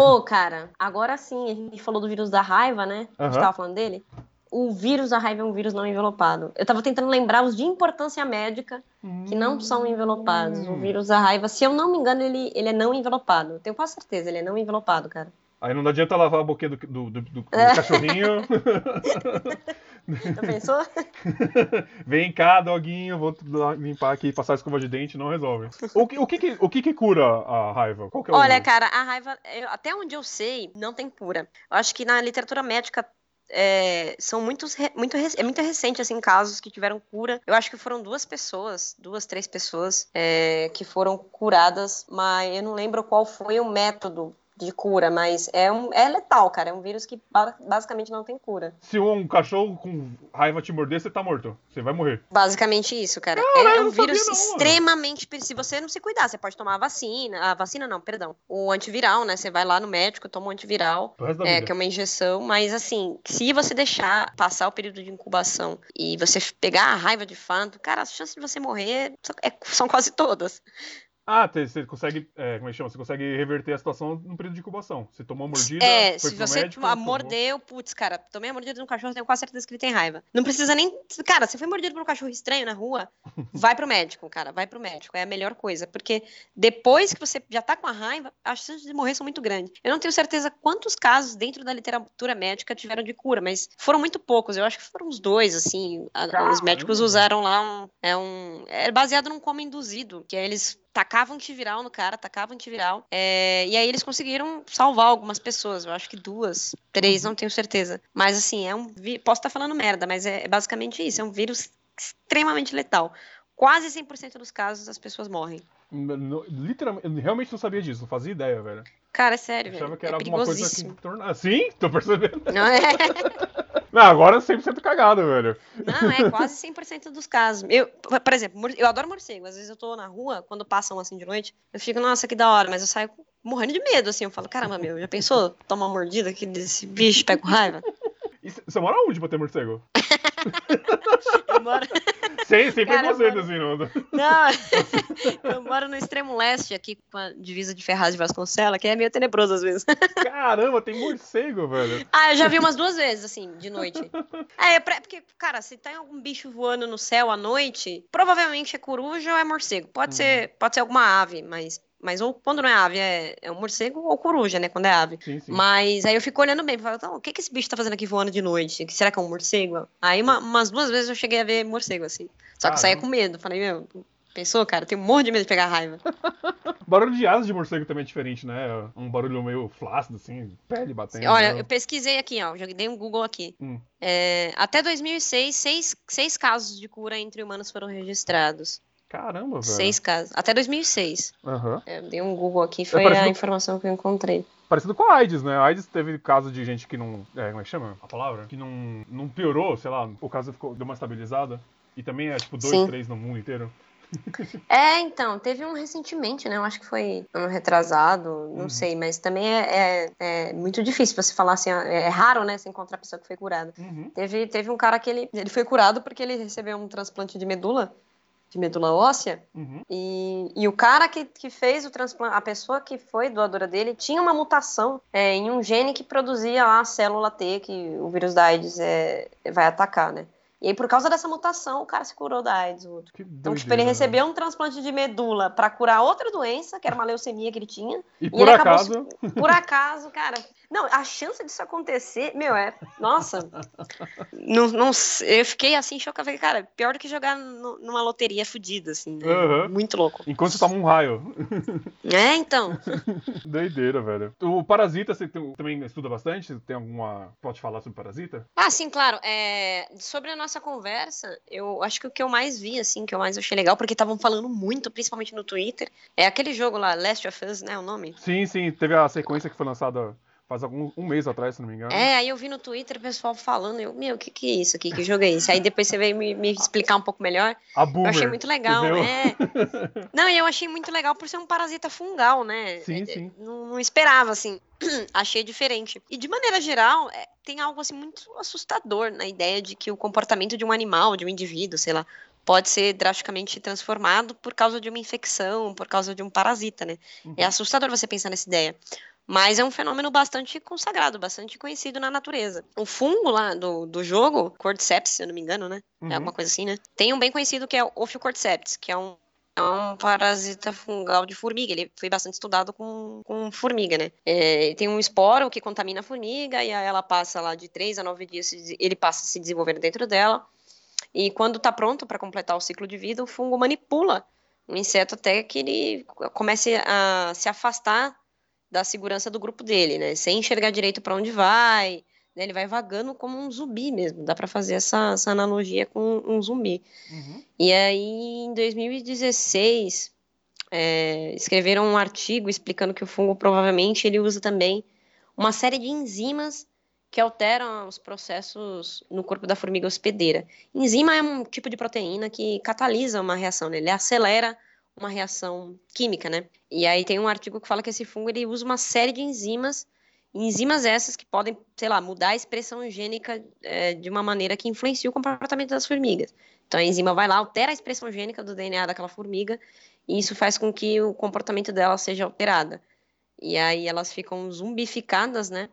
Cara, agora sim, a gente falou do vírus da raiva, né? A gente tava falando dele. O vírus da raiva é um vírus não envelopado. Eu tava tentando lembrar os de importância médica que não são envelopados. O vírus da raiva, se eu não me engano, ele é não envelopado. Eu tenho quase certeza, ele é não envelopado, cara. Aí não adianta lavar a boquinha do cachorrinho. Já pensou? Vem cá, doguinho, vou limpar aqui, passar a escova de dente, não resolve. O que cura a raiva? Qual que é o... Olha, cara, a raiva, até onde eu sei, não tem cura. Eu acho que na literatura médica são muito recente, assim, casos que tiveram cura. Eu acho que foram 3 pessoas que foram curadas, mas eu não lembro qual foi o método de cura, mas é letal, cara. É um vírus que basicamente não tem cura. Se um cachorro com raiva te morder, você tá morto. Você vai morrer. Basicamente isso, cara. É um vírus extremamente... Se você não se cuidar, você pode tomar a vacina. A vacina não, perdão. O antiviral, né? Você vai lá no médico, toma um antiviral, que é uma injeção. Mas, assim, se você deixar passar o período de incubação e você pegar a raiva de fato, cara, as chances de você morrer são quase todas. Você consegue, como é que chama? Você consegue reverter a situação num período de incubação. Você tomou uma mordida, foi pro médico... mordeu, putz, cara, tomei a mordida de um cachorro, tenho quase certeza que ele tem raiva. Não precisa nem... Cara, você foi mordido por um cachorro estranho na rua, vai pro médico, cara, vai pro médico. É a melhor coisa, porque depois que você já tá com a raiva, as chances de morrer são muito grandes. Eu não tenho certeza quantos casos dentro da literatura médica tiveram de cura, mas foram muito poucos. Eu acho que foram uns 2, assim. Os médicos usaram lá é baseado num coma induzido, que aí eles tacavam antiviral no cara, e aí eles conseguiram salvar algumas pessoas, eu acho que 2, 3, não tenho certeza. Mas assim, posso estar falando merda, mas é basicamente isso, é um vírus extremamente letal. Quase 100% dos casos as pessoas morrem. Literalmente, eu realmente não sabia disso, não fazia ideia, velho. Cara, é sério, velho. Achava que era alguma coisa que torna... Sim, tô percebendo. Não é... Não, agora é 100% cagado, velho. Não, é quase 100% dos casos. Por exemplo, eu adoro morcego. Às vezes eu tô na rua, quando passam assim de noite, eu fico, nossa, que da hora, mas eu saio morrendo de medo, assim. Eu falo, caramba, já pensou? Toma uma mordida aqui desse bicho, pego raiva? E você mora onde pra ter morcego? Eu moro... Sem Cara, preconceito, assim, não. Não, eu moro no extremo leste, aqui com a divisa de Ferraz de Vasconcelos, que é meio tenebroso às vezes. Caramba, tem morcego, velho. Ah, eu já vi umas 2 vezes, assim, de noite. Porque, cara, se tem algum bicho voando no céu à noite, provavelmente é coruja ou é morcego. Pode ser alguma ave, mas ou quando não é ave, é um morcego ou coruja, né? Quando é ave. Sim. Mas aí eu fico olhando bem, falo, então, o que esse bicho tá fazendo aqui voando de noite? Será que é um morcego? Aí umas 2 vezes eu cheguei a ver morcego, assim. Só que eu saía com medo. Falei, meu, pensou, cara? Eu tenho um monte de medo de pegar raiva. Barulho de asas de morcego também é diferente, né? Um barulho meio flácido, assim, pele batendo. Olha, Né? eu pesquisei aqui, ó, joguei um Google aqui. Hum. Até 2006, seis casos de cura entre humanos foram registrados. Caramba, velho. 6 casos. Até 2006. Aham. Dei um Google aqui, foi a informação que eu encontrei. Parecido com a AIDS, né? A AIDS teve caso de gente que não... como é que chama a palavra? Que não piorou, sei lá, o caso deu uma estabilizada. E também é tipo 2, 3 no mundo inteiro. Então, teve um recentemente, né? Eu acho que foi ano retrasado, não sei, mas também é muito difícil você falar assim, é raro, né? Você encontrar a pessoa que foi curada. Teve um cara que ele foi curado porque ele recebeu um transplante de medula óssea, e o cara que fez o transplante, a pessoa que foi doadora dele, tinha uma mutação em um gene que produzia lá a célula T, que o vírus da AIDS vai atacar, né? E aí, por causa dessa mutação, o cara se curou da AIDS. Então, tipo, ele recebeu um transplante de medula pra curar outra doença, que era uma leucemia que ele tinha. E por acaso... Por acaso, cara... Não, a chance disso acontecer, meu, nossa... Não, eu fiquei assim, chocada. Falei, cara, pior do que jogar numa loteria fodida, assim, né? Muito louco. Enquanto você toma um raio. Então. Doideira, velho. O Parasita, você também estuda bastante? Tem alguma... Pode falar sobre Parasita? Ah, sim, claro. Sobre a nossa conversa, eu acho que o que eu mais vi, assim, que eu mais achei legal, porque estavam falando muito, principalmente no Twitter, é aquele jogo lá, Last of Us, né, o nome? Sim, teve a sequência que foi lançada faz um mês atrás, se não me engano. Aí eu vi no Twitter o pessoal falando, meu, o que é isso aqui? Que jogo é esse? Aí depois você veio me explicar um pouco melhor. A Boomer. Eu achei muito legal, Não, e eu achei muito legal por ser um parasita fungal, né? Sim. Não esperava, assim. Achei diferente. E de maneira geral, tem algo, assim, muito assustador na ideia de que o comportamento de um animal, de um indivíduo, sei lá, pode ser drasticamente transformado por causa de uma infecção, por causa de um parasita, né? É assustador você pensar nessa ideia. Mas é um fenômeno bastante consagrado, bastante conhecido na natureza. O fungo lá do jogo, Cordyceps, se eu não me engano, né? É alguma coisa assim, né? Tem um bem conhecido que é o Ophiocordyceps, que é um parasita fungal de formiga. Ele foi bastante estudado com formiga, né? Tem um esporo que contamina a formiga e aí ela passa lá de 3 a 9 dias, ele passa a se desenvolver dentro dela. E quando está pronto para completar o ciclo de vida, o fungo manipula o inseto até que ele comece a se afastar da segurança do grupo dele, né? Sem enxergar direito para onde vai, né? Ele vai vagando como um zumbi mesmo. Dá para fazer essa analogia com um zumbi. E aí, em 2016, escreveram um artigo explicando que o fungo provavelmente ele usa também uma série de enzimas que alteram os processos no corpo da formiga hospedeira. Enzima é um tipo de proteína que catalisa uma reação, né? Ele acelera uma reação química, né? E aí tem um artigo que fala que esse fungo ele usa uma série de enzimas essas que podem, sei lá, mudar a expressão gênica de uma maneira que influencia o comportamento das formigas. Então a enzima vai lá, altera a expressão gênica do DNA daquela formiga e isso faz com que o comportamento dela seja alterado. E aí elas ficam zumbificadas, né?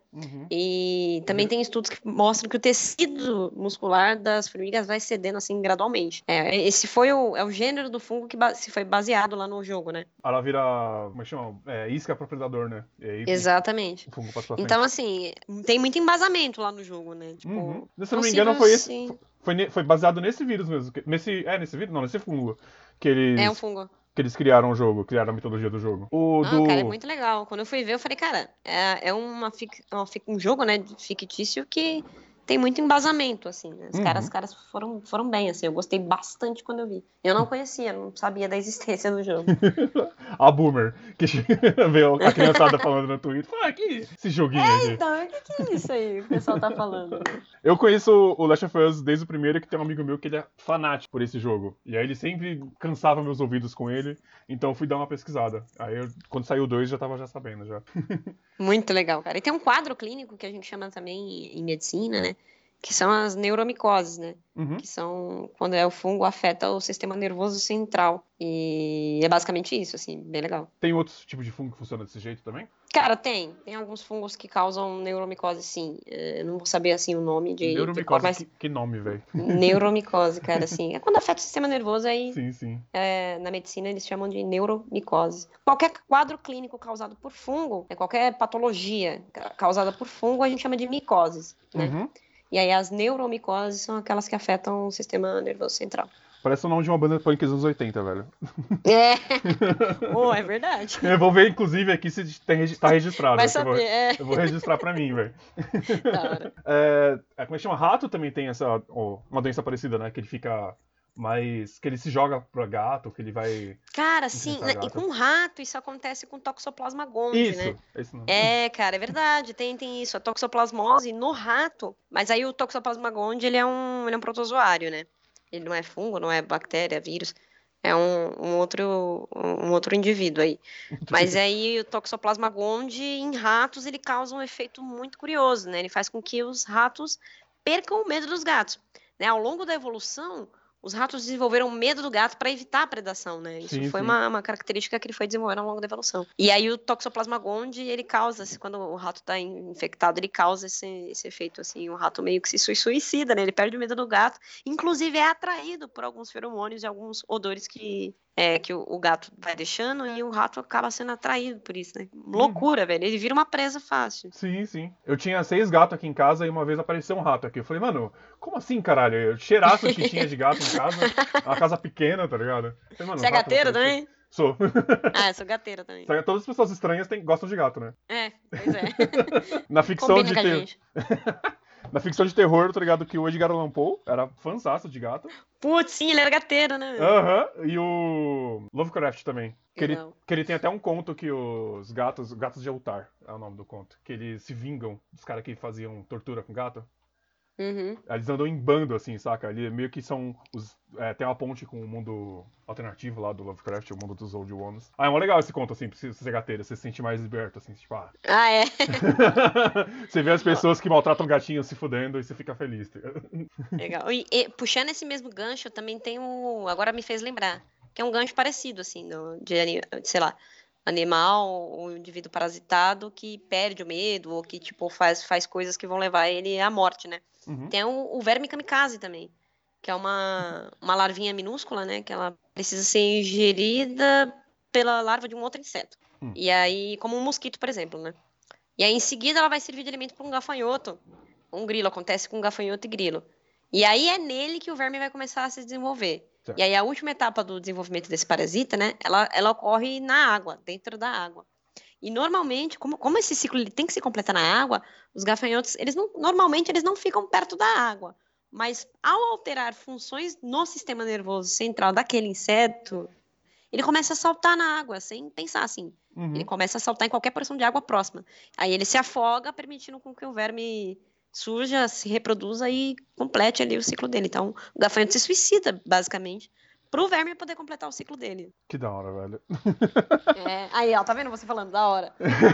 E também tem estudos que mostram que o tecido muscular das formigas vai cedendo assim gradualmente. Esse foi o gênero do fungo que se foi baseado lá no jogo, né? Ela vira, como é que chama? Isca para predador, né? Exatamente. O fungo passa pra frente. Então, assim, tem muito embasamento lá no jogo, né? Tipo, se não me engano, foi baseado nesse vírus mesmo. Nesse vírus? Não, nesse fungo. Que eles... É um fungo. Que eles criaram o jogo, criaram a mitologia do jogo. Cara, é muito legal. Quando eu fui ver, eu falei, cara, é um jogo, né, fictício que tem muito embasamento, assim, né? Os caras foram bem, assim, eu gostei bastante quando eu vi. Eu não conhecia, não sabia da existência do jogo. A Boomer, que veio a criançada falando no Twitter, que esse joguinho aqui. Então, o que é isso aí que o pessoal tá falando? Eu conheço o Last of Us desde o primeiro, que tem um amigo meu que ele é fanático por esse jogo. E aí ele sempre cansava meus ouvidos com ele, então eu fui dar uma pesquisada. Aí quando saiu o 2, já tava sabendo já. Muito legal, cara. E tem um quadro clínico que a gente chama também em medicina, né? que são as neuromicoses, né? Uhum. Que são quando o fungo afeta o sistema nervoso central. E é basicamente isso, assim, bem legal. Tem outros tipos de fungo que funcionam desse jeito também? Cara, tem alguns fungos que causam neuromicose, sim. Eu não vou saber, assim, o nome de cor, Neuromicose, mas que nome, velho. neuromicose, cara, assim. É quando afeta o sistema nervoso, aí Sim, sim. na medicina eles chamam de neuromicose. Qualquer quadro clínico causado por fungo, qualquer patologia causada por fungo, a gente chama de micoses, né? Uhum. E aí as neuromicoses são aquelas que afetam o sistema nervoso central. Parece o nome de uma banda punk dos anos 80, velho. É, é verdade. Eu vou ver, inclusive, aqui se tá registrado. Vai saber, Eu vou registrar pra mim, velho. Da hora. Como é que chama? Rato também tem uma doença parecida, né? Que ele fica mais... Que ele se joga pra gato, que ele vai... Cara, sim, infectar e gato. com rato isso acontece com Toxoplasma gondii, né? Isso não. Cara, é verdade, tem isso, a toxoplasmose no rato. Mas aí o Toxoplasma gondii, ele é um protozoário, né? Ele não é fungo, não é bactéria, vírus. É um outro indivíduo aí. Mas aí o Toxoplasma gondii em ratos, ele causa um efeito muito curioso, né? Ele faz com que os ratos percam o medo dos gatos, né? Ao longo da evolução, os ratos desenvolveram medo do gato para evitar a predação, né? Isso Sim, foi sim. uma característica que ele foi desenvolvendo ao longo da evolução. E aí o Toxoplasma gondii, ele causa, quando o rato está infectado, ele causa esse efeito, assim, o rato meio que se suicida, né? Ele perde o medo do gato, inclusive é atraído por alguns feromônios e alguns odores que o gato vai deixando e o rato acaba sendo atraído por isso, né? Loucura, velho. Ele vira uma presa fácil. Sim, sim. Eu tinha 6 gatos aqui em casa e uma vez apareceu um rato aqui. Eu falei, mano, como assim, caralho? Eu cheiraço de tinha de gato em casa. É uma casa pequena, tá ligado? Eu falei, mano, Você é rato vai gateiro aparecer. também? Sou. Ah, eu sou gateira também. Todas as pessoas estranhas gostam de gato, né? Pois é. Na ficção Combina de com a gente. Na ficção de terror, tá ligado? Que o Edgar Allan Poe era fãzaço de gato. Putz, sim, ele era gateiro, né? Aham. E o Lovecraft também. Legal. Que ele tem até um conto que os gatos de altar, é o nome do conto. Que eles se vingam dos caras que faziam tortura com gato. Uhum. Eles andam em bando, assim, saca? Ali meio que são tem uma ponte com o mundo alternativo lá do Lovecraft, o mundo dos Old Ones. É mó legal esse conto, assim, pra você ser gateiro, você se sente mais liberto, assim, tipo, Ah, é? Você vê as pessoas que maltratam gatinhos se fudendo e você fica feliz. Tá? Legal. E puxando esse mesmo gancho, também tem agora me fez lembrar, que é um gancho parecido, assim, sei lá, animal ou indivíduo parasitado que perde o medo ou que, tipo, faz coisas que vão levar ele à morte, né? Uhum. Tem o verme kamikaze também, que é uma larvinha minúscula, né? Que ela precisa ser ingerida pela larva de um outro inseto. E aí, como um mosquito, por exemplo, né? E aí, em seguida, ela vai servir de alimento para um gafanhoto. Um grilo, acontece com gafanhoto e grilo. E aí é nele que o verme vai começar a se desenvolver. Certo. E aí a última etapa do desenvolvimento desse parasita, né? Ela ocorre na água, dentro da água. E normalmente, como esse ciclo ele tem que se completar na água, os gafanhotos, normalmente eles não ficam perto da água. Mas ao alterar funções no sistema nervoso central daquele inseto, ele começa a saltar na água, sem pensar assim. Uhum. Ele começa a saltar em qualquer porção de água próxima. Aí ele se afoga, permitindo com que o verme surja, se reproduza e complete ali o ciclo dele. Então, o gafanhoto se suicida, basicamente, para o verme poder completar o ciclo dele. Que da hora, velho. Aí, ó, tá vendo você falando? Da hora.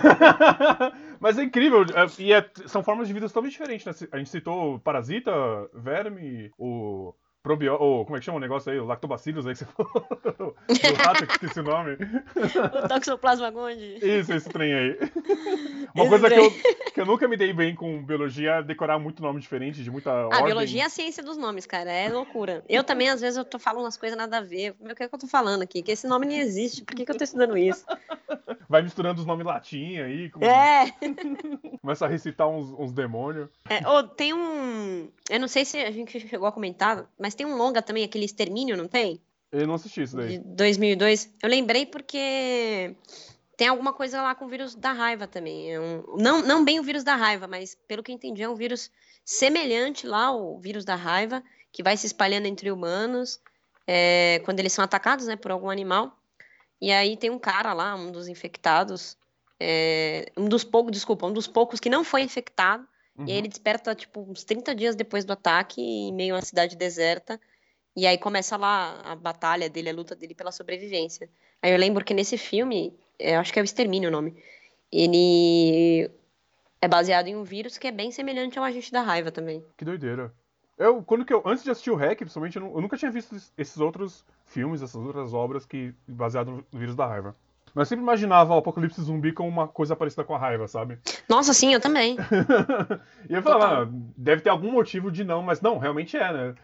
Mas é incrível. São formas de vida totalmente diferentes, né? A gente citou o parasita, verme, como é que chama o negócio aí? O lactobacillus aí que você falou. Do rato, que esqueci o nome. O Toxoplasma gondii. Isso, esse trem aí. Uma coisa que eu nunca me dei bem com biologia é decorar muito nome diferente, de muita ordem. Biologia é a ciência dos nomes, cara. É loucura. Eu também, às vezes, eu falo umas coisas nada a ver. O que é que eu tô falando aqui? Que esse nome nem existe. Por que eu tô estudando isso? Vai misturando os nomes latim aí. Começa a recitar uns demônios. Tem um... Eu não sei se a gente chegou a comentar, mas tem um longa também, aquele Extermínio, não tem? Eu não assisti isso daí. De 2002. Eu lembrei porque tem alguma coisa lá com o vírus da raiva também. Não bem o vírus da raiva, mas pelo que eu entendi é um vírus semelhante lá ao vírus da raiva, que vai se espalhando entre humanos quando eles são atacados, né, por algum animal. E aí tem um cara lá, um dos infectados, um dos poucos que não foi infectado. Uhum. E aí ele desperta, tipo, uns 30 dias depois do ataque, em meio a uma cidade deserta. E aí começa lá a batalha dele, a luta dele pela sobrevivência. Aí eu lembro que nesse filme, acho que é o Extermínio o nome, ele... É baseado em um vírus que é bem semelhante ao agente da raiva também. Que doideira. Antes de assistir o REC, principalmente, eu nunca tinha visto esses outros filmes, essas outras obras baseadas no vírus da raiva. Mas eu sempre imaginava o apocalipse zumbi como uma coisa parecida com a raiva, sabe? Nossa, sim, eu também. E eu Total. falava, deve ter algum motivo de não, mas não, realmente é, né?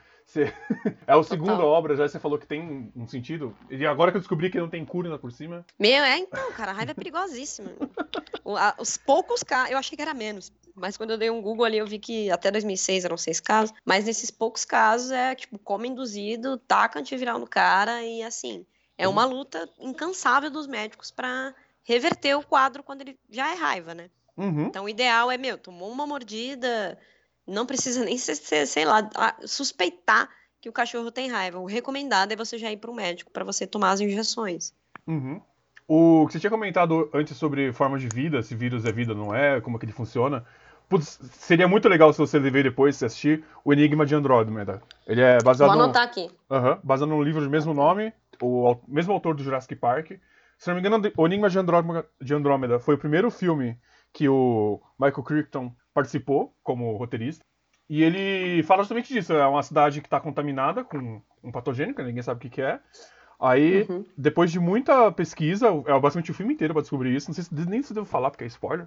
É a segunda obra, já você falou que tem um sentido. E agora que eu descobri que não tem cura por cima. Então, cara, a raiva é perigosíssima. Os poucos casos, eu achei que era menos. Mas quando eu dei um Google ali, eu vi que até 2006 eram 6 casos. Mas nesses poucos casos é, tipo, coma induzido, taca antiviral no cara e, assim, é uma luta incansável dos médicos pra reverter o quadro quando ele já é raiva, né? Uhum. Então, o ideal é, tomou uma mordida, não precisa nem ser, sei lá, suspeitar que o cachorro tem raiva. O recomendado é você já ir para um médico para você tomar as injeções. Uhum. O que você tinha comentado antes sobre forma de vida, se vírus é vida ou não é, como é que ele funciona. Putz, seria muito legal se você ver depois, se assistir, o Enigma de Andrômeda. Ele é baseado Vou anotar aqui. Baseado num livro de mesmo nome, o mesmo autor do Jurassic Park. Se não me engano, o Enigma de Andrômeda foi o primeiro filme que o Michael Crichton participou como roteirista. E ele fala justamente disso. É uma cidade que está contaminada com um patogênico, ninguém sabe o que é. Aí, depois de muita pesquisa, é basicamente o filme inteiro pra descobrir isso. Não sei nem se devo falar, porque é spoiler.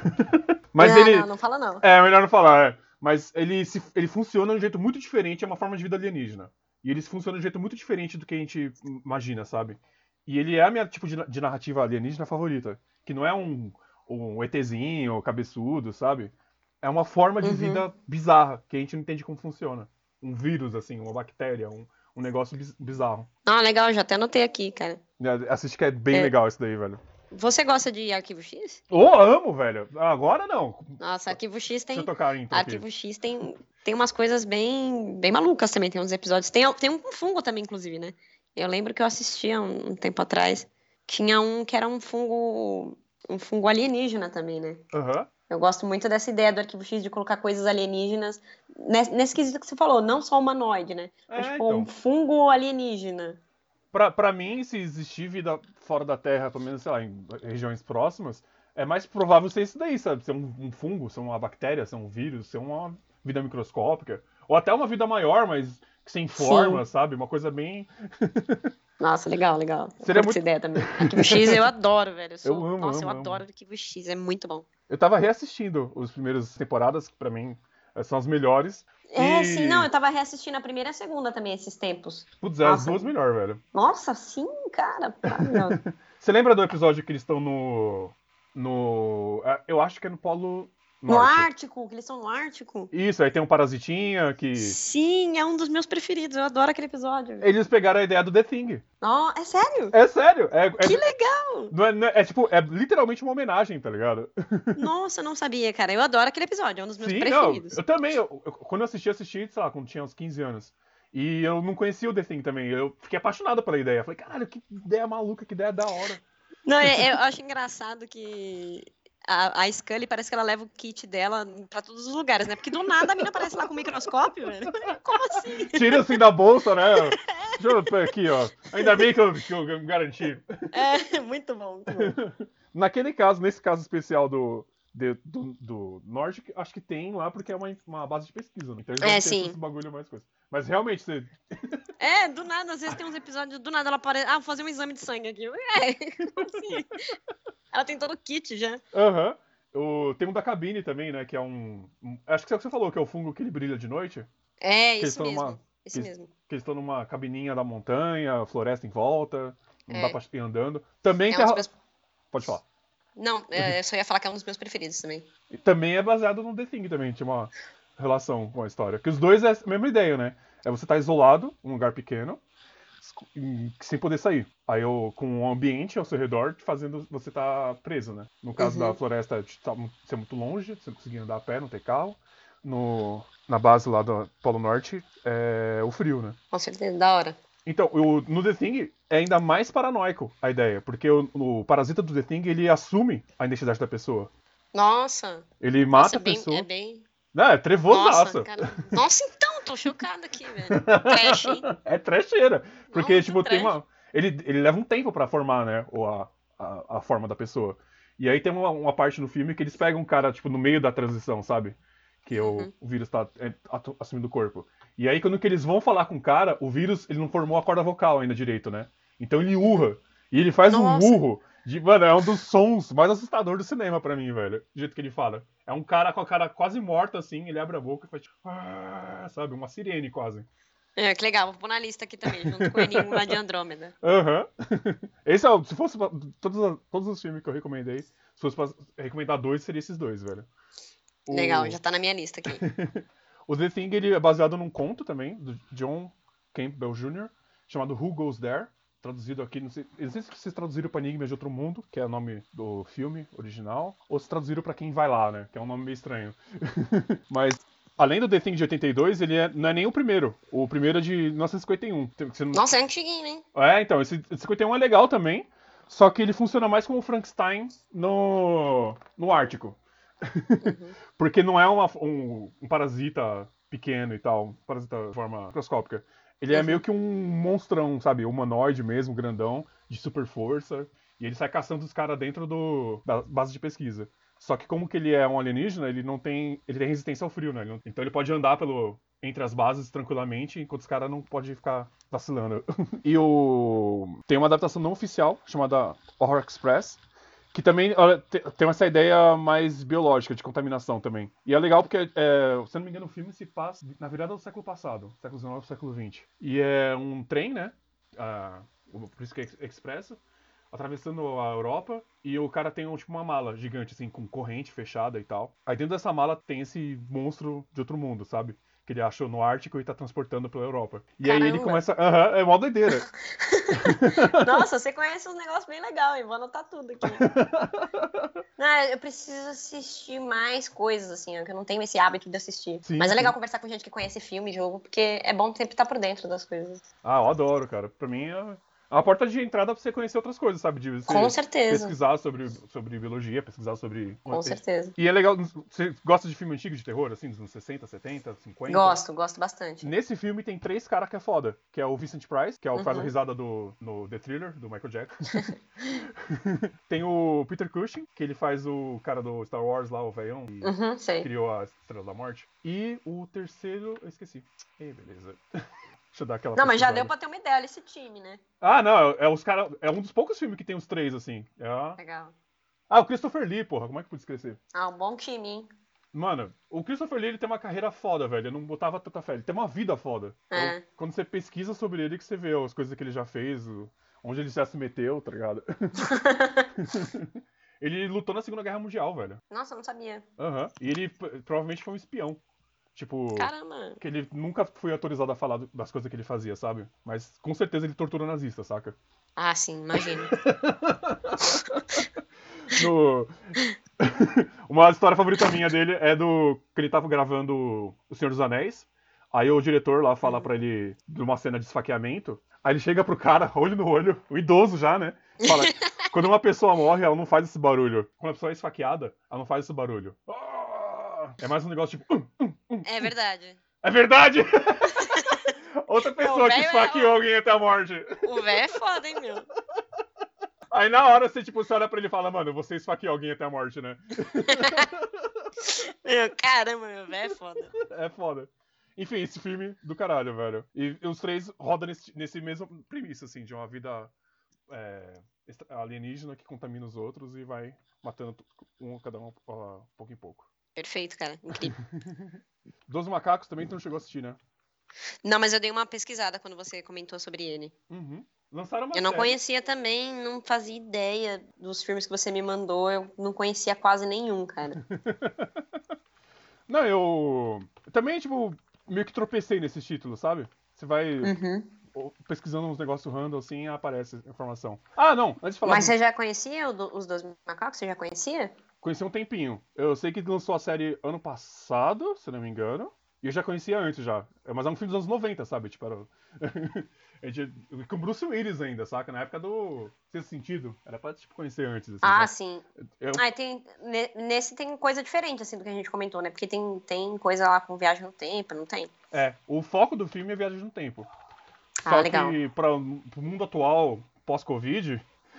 Mas não fala não. É, melhor não falar. Mas ele funciona de um jeito muito diferente, é uma forma de vida alienígena. E ele funciona de um jeito muito diferente do que a gente imagina, sabe? E ele é a minha tipo de narrativa alienígena favorita. Que não é um ETzinho, cabeçudo, sabe? É uma forma de vida bizarra, que a gente não entende como funciona. Um vírus, assim, uma bactéria, um negócio bizarro. Ah, legal, já até anotei aqui, cara. Assiste que é bem legal isso daí, velho. Você gosta de Arquivo X? Amo, velho. Agora não. Nossa, Arquivo X tem... Deixa eu tocar a intro Arquivo X tem umas coisas bem malucas também, tem uns episódios. Tem um fungo também, inclusive, né? Eu lembro que eu assistia um tempo atrás. Tinha um que era um fungo alienígena também, né? Eu gosto muito dessa ideia do Arquivo X de colocar coisas alienígenas nesse quesito que você falou, não só humanoide, né? Mas, um fungo alienígena. Pra mim, se existir vida fora da Terra, pelo menos, sei lá, em regiões próximas, é mais provável ser isso daí, sabe? Ser um fungo, ser uma bactéria, ser um vírus, ser uma vida microscópica. Ou até uma vida maior, mas sem forma, sabe? Uma coisa bem... Nossa, legal. Seria muito... essa ideia também. Arquivo X eu adoro, velho. Eu amo. Nossa, eu adoro Arquivo X, é muito bom. Eu tava reassistindo as primeiras temporadas, que pra mim são as melhores. Sim, eu tava reassistindo a primeira e a segunda também, esses tempos. Putz, as duas melhores, velho. Nossa, sim, cara. Você lembra do episódio que eles estão eu acho que é no Polo Norte. No Ártico, que eles estão no Ártico. Isso, aí tem um parasitinha que... Sim, é um dos meus preferidos, eu adoro aquele episódio. Eles pegaram a ideia do The Thing. Oh, é sério? É sério. Que legal! É literalmente uma homenagem, tá ligado? Nossa, eu não sabia, cara. Eu adoro aquele episódio, é um dos meus preferidos. Não, eu também. Quando eu assisti, sei lá, quando tinha uns 15 anos. E eu não conhecia o The Thing também. Eu fiquei apaixonado pela ideia. Falei, caralho, que ideia maluca, que ideia da hora. Não, eu acho engraçado que a Scully parece que ela leva o kit dela pra todos os lugares, né? Porque do nada a mina aparece lá com o microscópio, velho. Como assim? Tira assim da bolsa, né? Deixa eu ver aqui, ó. Ainda bem que eu me garanti. Muito bom. Nesse caso especial do Norte, acho que tem lá porque é uma base de pesquisa, né? Então eles vão ter esse bagulho mais coisa. Mas realmente você... do nada, às vezes tem uns episódios, do nada ela aparece, vou fazer um exame de sangue aqui. Como assim? Ela tem todo o kit já. Tem um da cabine também, né? Que é acho que é o que você falou, que é o fungo que ele brilha de noite. Isso mesmo. Esse mesmo. Que eles estão numa cabininha da montanha, floresta em volta, não dá pra ir andando. Também tem Pode falar. Não, eu só ia falar que é um dos meus preferidos também. E também é baseado no The Thing também, tinha uma relação com a história. Porque os dois é a mesma ideia, né? É você estar isolado, num lugar pequeno, sem poder sair. Aí com o ambiente ao seu redor fazendo você estar preso, né? No caso da floresta, ser muito longe, você não conseguir andar a pé, não ter carro. Na base lá do Polo Norte, é o frio, né? Com certeza, da hora. Então, no The Thing é ainda mais paranoico a ideia, porque o parasita do The Thing, ele assume a identidade da pessoa. Nossa! Ele mata a pessoa. É bem... Não, é trevosaça. Nossa, então, tô chocada aqui, velho. Trash, hein? É trecheira. Porque, Nossa, tem uma... Ele leva um tempo pra formar, né, a forma da pessoa. E aí tem uma parte no filme que eles pegam um cara, tipo, no meio da transição, sabe? Que Uhum. o vírus tá assumindo o corpo. E aí, quando que eles vão falar com o cara, o vírus, ele não formou a corda vocal ainda direito, né? Então ele urra. E ele faz um Nossa. urro de, mano, é um dos sons mais assustadores do cinema pra mim, velho. Do jeito que ele fala. É um cara com a cara quase morta, assim, ele abre a boca e faz tipo, sabe? Uma sirene quase. Que legal, vou pôr na lista aqui também, junto com o Enigma de Andrômeda. Aham. Esse é, se fosse todos os filmes que eu recomendei, se fosse pra recomendar dois, seria esses dois, velho. Legal, O, já tá na minha lista aqui. o The Thing, ele é baseado num conto também, do John Campbell Jr., chamado Who Goes There? Traduzido aqui, não sei se vocês traduziram pra Enigmas de Outro Mundo, que é o nome do filme original, ou se traduziram pra Quem Vai Lá, né? Que é um nome meio estranho. Mas, além do The Thing de 82, ele não é nem o primeiro. O primeiro é de 1951. Nossa, é antiguinho, hein? Então, esse 51 é legal também, só que ele funciona mais como Frankenstein no Ártico. Uhum. Porque não é um parasita pequeno e tal, um parasita de forma microscópica. Ele é meio que um monstrão, sabe? Humanoide mesmo, grandão, de super força. E ele sai caçando os caras dentro da base de pesquisa. Só que como que ele é um alienígena, ele tem resistência ao frio, né? Então ele pode andar entre as bases tranquilamente, enquanto os caras não podem ficar vacilando. E tem uma adaptação não oficial, chamada Horror Express, que também tem essa ideia mais biológica, de contaminação também. E é legal porque, se eu não me engano, o filme se passa na virada do século passado, século XIX, século XX. E é um trem, né? Por isso que é expresso, atravessando a Europa, e o cara tem tipo uma mala gigante, assim, com corrente fechada e tal. Aí dentro dessa mala tem esse monstro de outro mundo, sabe? Que ele achou no Ártico e tá transportando pela Europa. E aí ele Caramba. começa. É mó doideira. Nossa, você conhece uns negócios bem legais, vou anotar tudo aqui. Não, eu preciso assistir mais coisas, assim, que eu não tenho esse hábito de assistir. Sim, Mas é legal sim. conversar com gente que conhece filme, jogo, porque é bom sempre estar por dentro das coisas. Ah, eu adoro, cara. Pra mim é uma porta de entrada pra você conhecer outras coisas, sabe? De Com você certeza, pesquisar sobre biologia, pesquisar sobre. com certeza. E é legal. Você gosta de filme antigo de terror, assim, dos anos 60, 70, 50? Gosto bastante. Nesse filme tem três caras que é foda. Que é o Vincent Price, que é o que faz a Uhum. risada no The Thriller, do Michael Jackson. Tem o Peter Cushing, que ele faz o cara do Star Wars lá, o velhão, que Uhum, sei. criou a Estrela da Morte. E o terceiro, eu esqueci. Beleza. Deixa eu dar aquela Não, mas já pesquisada. deu pra ter uma ideia desse time, né? Ah, não, é os cara, é um dos poucos filmes que tem os três, assim. Legal. O Christopher Lee, porra, como é que eu pude esquecer? Ah, um bom time, hein? Mano, o Christopher Lee, ele tem uma carreira foda, velho. Eu não botava tanta fé. Ele tem uma vida foda. É. Quando você pesquisa sobre ele, que você vê as coisas que ele já fez, onde ele já se meteu, tá ligado? Ele lutou na Segunda Guerra Mundial, velho. Nossa, eu não sabia. Aham. E ele provavelmente foi um espião. Tipo, Caramba. que ele nunca foi autorizado a falar das coisas que ele fazia, sabe? Mas com certeza ele torturou nazista, saca? Ah, sim, imagino. Uma história favorita minha dele é que ele tava gravando O Senhor dos Anéis. Aí o diretor lá fala pra ele de uma cena de esfaqueamento. Aí ele chega pro cara, olho no olho, o idoso já, né? Fala: quando uma pessoa morre, ela não faz esse barulho. Quando a pessoa é esfaqueada, ela não faz esse barulho. É mais um negócio tipo. É verdade. É verdade! Outra pessoa que velho esfaqueou alguém até a morte. O velho é foda, hein, meu? Aí na hora você olha pra ele e fala: mano, você esfaqueou alguém até a morte, né? Caramba, meu velho é foda. É foda. Enfim, esse filme do caralho, velho. E os três rodam nesse mesmo premissa, assim, de uma vida alienígena que contamina os outros e vai matando cada um pouco em pouco. Perfeito, cara. Incrível. Doze Macacos também tu não chegou a assistir, né? Não, mas eu dei uma pesquisada quando você comentou sobre ele. Uhum. Lançaram uma Eu não série. conhecia também, não fazia ideia dos filmes que você me mandou. Eu não conhecia quase nenhum, cara. Não, eu também, tipo, meio que tropecei nesses títulos, sabe? Você vai pesquisando uns negócios random assim, aparece a informação. Ah, não, antes de falar. Mas você já conhecia os Dois Macacos? Você já conhecia? Conheci um tempinho. Eu sei que lançou a série ano passado, se não me engano. E eu já conhecia antes já. Mas é um filme dos anos 90, sabe? Tipo, era. Com Bruce Willis ainda, saca? Na época do Sexto Sentido. Era pra tipo, conhecer antes. Assim, Ah, já. sim. Eu... Nesse tem coisa diferente, assim, do que a gente comentou, né? Porque tem coisa lá com viagem no tempo, não tem? O foco do filme é viagem no tempo. Ah, Só legal. que pro mundo atual, pós-Covid,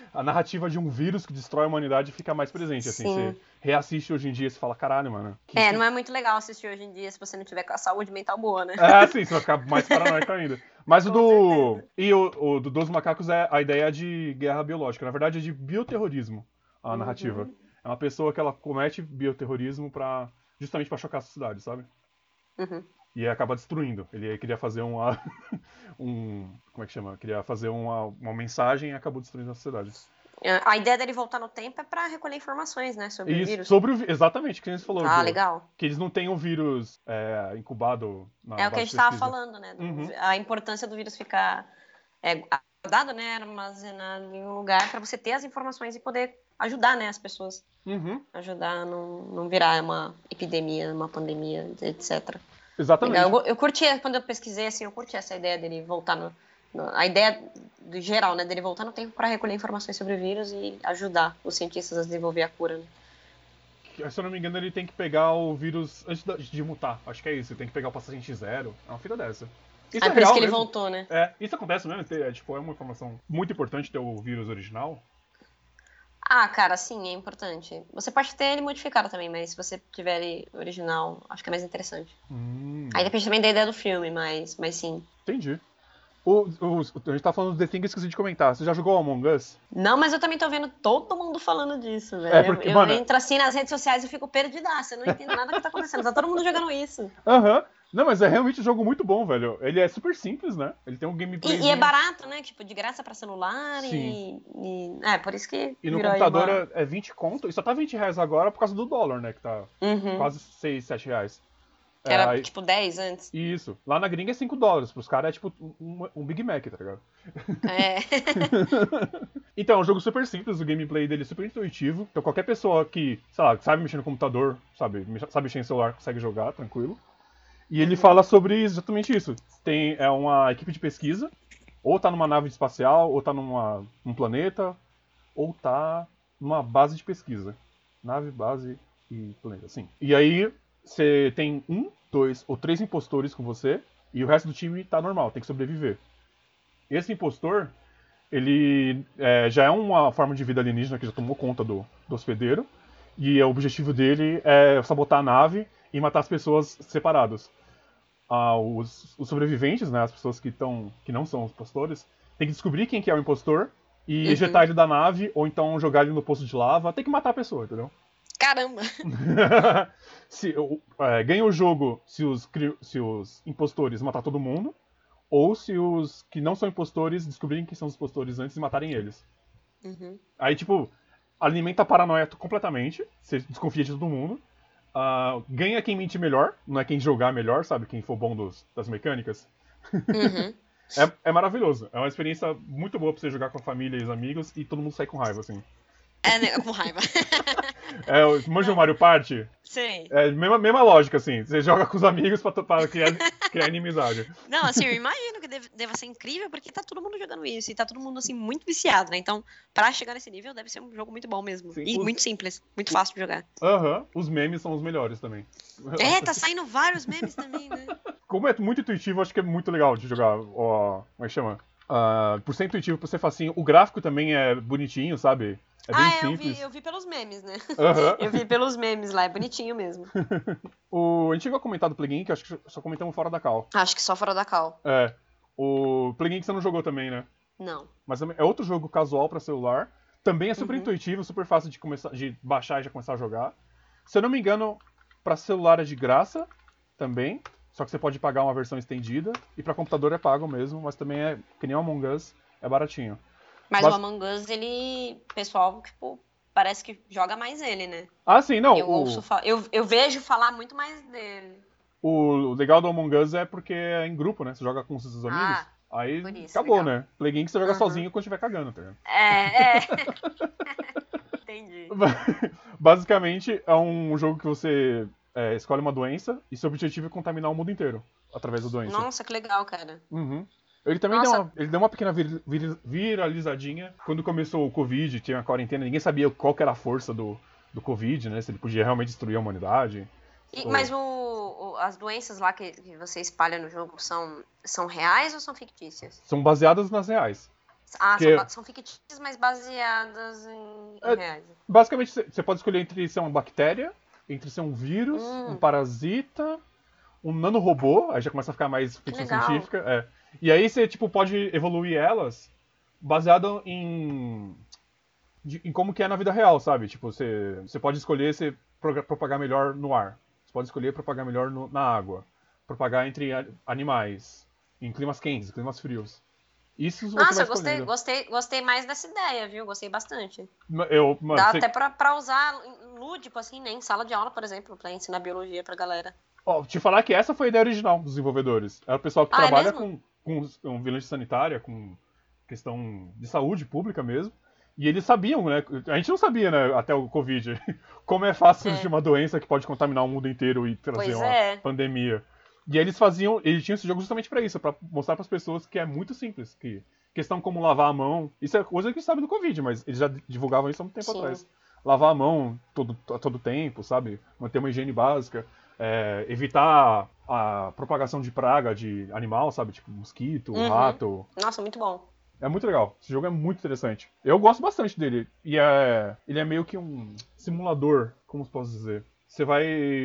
a narrativa de um vírus que destrói a humanidade fica mais presente, assim. Sim. Você reassiste hoje em dia e você fala, caralho, mano. Não é muito legal assistir hoje em dia se você não tiver com a saúde mental boa, né? Sim, você vai ficar mais paranoico ainda. Mas o do. Certeza. E o do Dos Macacos é a ideia de guerra biológica. Na verdade, é de bioterrorismo, a narrativa. É uma pessoa que ela comete bioterrorismo justamente pra chocar a sociedade, sabe? Uhum. E acaba destruindo. Ele queria fazer uma. Como é que chama? Queria fazer uma mensagem e acabou destruindo a sociedade. A ideia dele voltar no tempo é pra recolher informações, né, sobre o vírus. Exatamente, o que a gente falou. Legal. Que eles não têm o vírus incubado na base É o que a gente estava falando, né? A importância do vírus ficar guardado, né? Armazenado em um lugar para você ter as informações e poder ajudar, né, as pessoas. Ajudar a não virar uma epidemia, uma pandemia, etc. Exatamente. Legal. Eu curti, quando eu pesquisei, assim, eu curti essa ideia dele voltar a ideia do geral, né, dele voltar no tempo para recolher informações sobre o vírus e ajudar os cientistas a desenvolver a cura, né? Se eu não me engano, ele tem que pegar o vírus antes de mutar. Acho que é isso. Ele tem que pegar o paciente zero. É uma fita dessa. Isso é por isso que ele voltou, né? Isso acontece mesmo. É uma informação muito importante ter o vírus original. Cara, sim, é importante. Você pode ter ele modificado também, mas se você tiver ele original, acho que é mais interessante. Aí depende também da ideia do filme, mas sim. Entendi. A gente tá falando do The Thing, esqueci de comentar. Você já jogou Among Us? Não, mas eu também tô vendo todo mundo falando disso, velho. Eu entro assim nas redes sociais e fico perdidaça. Eu não entendo nada que tá acontecendo. Tá todo mundo jogando isso. Não, mas é realmente um jogo muito bom, velho. Ele é super simples, né? Ele tem um gameplay. E é barato, né? Tipo, de graça pra celular. Sim. Por isso que. E no computador é 20 conto. E só tá 20 reais agora por causa do dólar, né? Que tá quase 6, 7 reais. Era tipo 10 antes. Isso. Lá na gringa é 5 dólares. Pros caras é tipo um Big Mac, tá ligado? Então, é um jogo super simples. O gameplay dele é super intuitivo. Então, qualquer pessoa que, sei lá, sabe mexer no computador, sabe mexer no celular, consegue jogar tranquilo. E ele fala sobre exatamente isso. É uma equipe de pesquisa. Ou tá numa nave espacial, ou tá num planeta, ou tá numa base de pesquisa. Nave, base e planeta, sim. E aí, você tem 1, 2 ou 3 impostores com você, e o resto do time tá normal, tem que sobreviver. Esse impostor, ele já é uma forma de vida alienígena que já tomou conta do hospedeiro, e o objetivo dele é sabotar a nave e matar as pessoas separadas. Os sobreviventes, né, as pessoas que não são os impostores, tem que descobrir quem que é o impostor e ejetar ele da nave, ou então jogar ele no poço de lava, tem que matar a pessoa, entendeu? Caramba! Ganha o jogo se os impostores matar todo mundo, ou se os que não são impostores descobrirem quem são os impostores antes e matarem eles. Aí, tipo, alimenta a paranoia completamente, você desconfia de todo mundo. Ganha quem mente melhor, não é quem jogar melhor, sabe? Quem for bom das mecânicas. É maravilhoso. É uma experiência muito boa pra você jogar com a família e os amigos e todo mundo sair com raiva, assim. Com raiva. Manja o Mario Party? Sim. Mesma lógica, assim. Você joga com os amigos pra criar inimizade. Não, assim, eu imagino que deva ser incrível, porque tá todo mundo jogando isso. E tá todo mundo, assim, muito viciado, né? Então, pra chegar nesse nível, deve ser um jogo muito bom mesmo. Sim, e muito simples. Muito fácil de jogar. Os memes são os melhores também. Tá saindo vários memes também, né? Como é muito intuitivo, acho que é muito legal de jogar. Como é que chama? Por ser intuitivo, por ser facinho. O gráfico também é bonitinho, sabe? É bem simples. Eu vi pelos memes, né? Eu vi pelos memes lá, é bonitinho mesmo. A gente chegou a comentar do Plugin, que acho que só comentamos fora da call. Acho que só fora da call. O Plugin que você não jogou também, né? Não. Mas é outro jogo casual pra celular. Também é super intuitivo, super fácil de baixar e já começar a jogar. Se eu não me engano, pra celular é de graça também. Só que você pode pagar uma versão estendida. E pra computador é pago mesmo, mas também é, que nem o Among Us, é baratinho. Mas o Among Us, ele, pessoal, tipo, parece que joga mais ele, né? Sim, não. Eu vejo falar muito mais dele. O legal do Among Us é porque é em grupo, né? Você joga com os seus amigos. Aí acabou, legal. Né? Play Game que você joga sozinho quando estiver cagando, tá ligado? Entendi. Basicamente, é um jogo que você escolhe uma doença e seu objetivo é contaminar o mundo inteiro através da doença. Nossa, que legal, cara. Ele também deu uma pequena viralizadinha quando começou o Covid, tinha a quarentena, ninguém sabia qual que era a força do Covid, né? Se ele podia realmente destruir a humanidade. Mas as doenças lá que você espalha no jogo são reais ou são fictícias? São baseadas nas reais. Ah, Que são fictícias, mas baseadas em é, reais. basicamente você pode escolher entre ser uma bactéria, entre ser um vírus, um Hum, parasita, um nanorobô, aí já começa a ficar mais que ficção legal. científica. E aí você tipo, pode evoluir elas baseado em como que é na vida real, sabe? Tipo, você pode escolher se propagar melhor no ar. Você pode escolher propagar melhor na água. Propagar entre animais. Em climas quentes, climas frios. Isso você vai Nossa, eu gostei, escolhendo. gostei, gostei mais dessa ideia, viu? Gostei bastante. Mano, Dá até pra usar lúdico, assim, né? Em sala de aula, por exemplo, pra ensinar biologia pra galera. ó, te falar que essa foi a ideia original dos desenvolvedores. É o pessoal que Ah, é trabalha mesmo? com vigilância sanitária, com questão de saúde pública mesmo. E eles sabiam, né? A gente não sabia, né, até o Covid, como é fácil surgir É. uma doença que pode contaminar o mundo inteiro e trazer Pois uma é. pandemia. E aí eles tinham esse jogo justamente pra isso, pra mostrar pras pessoas que é muito simples, que questão como lavar a mão, isso é coisa que a gente sabe do Covid, mas eles já divulgavam isso há muito tempo Sim. atrás. Lavar a mão a todo tempo, sabe? Manter uma higiene básica, evitar a propagação de praga de animal, sabe? Tipo mosquito, Uhum. rato. Nossa, muito bom. É muito legal. Esse jogo é muito interessante. Eu gosto bastante dele. Ele é meio que um simulador, como se posso dizer. Você vai.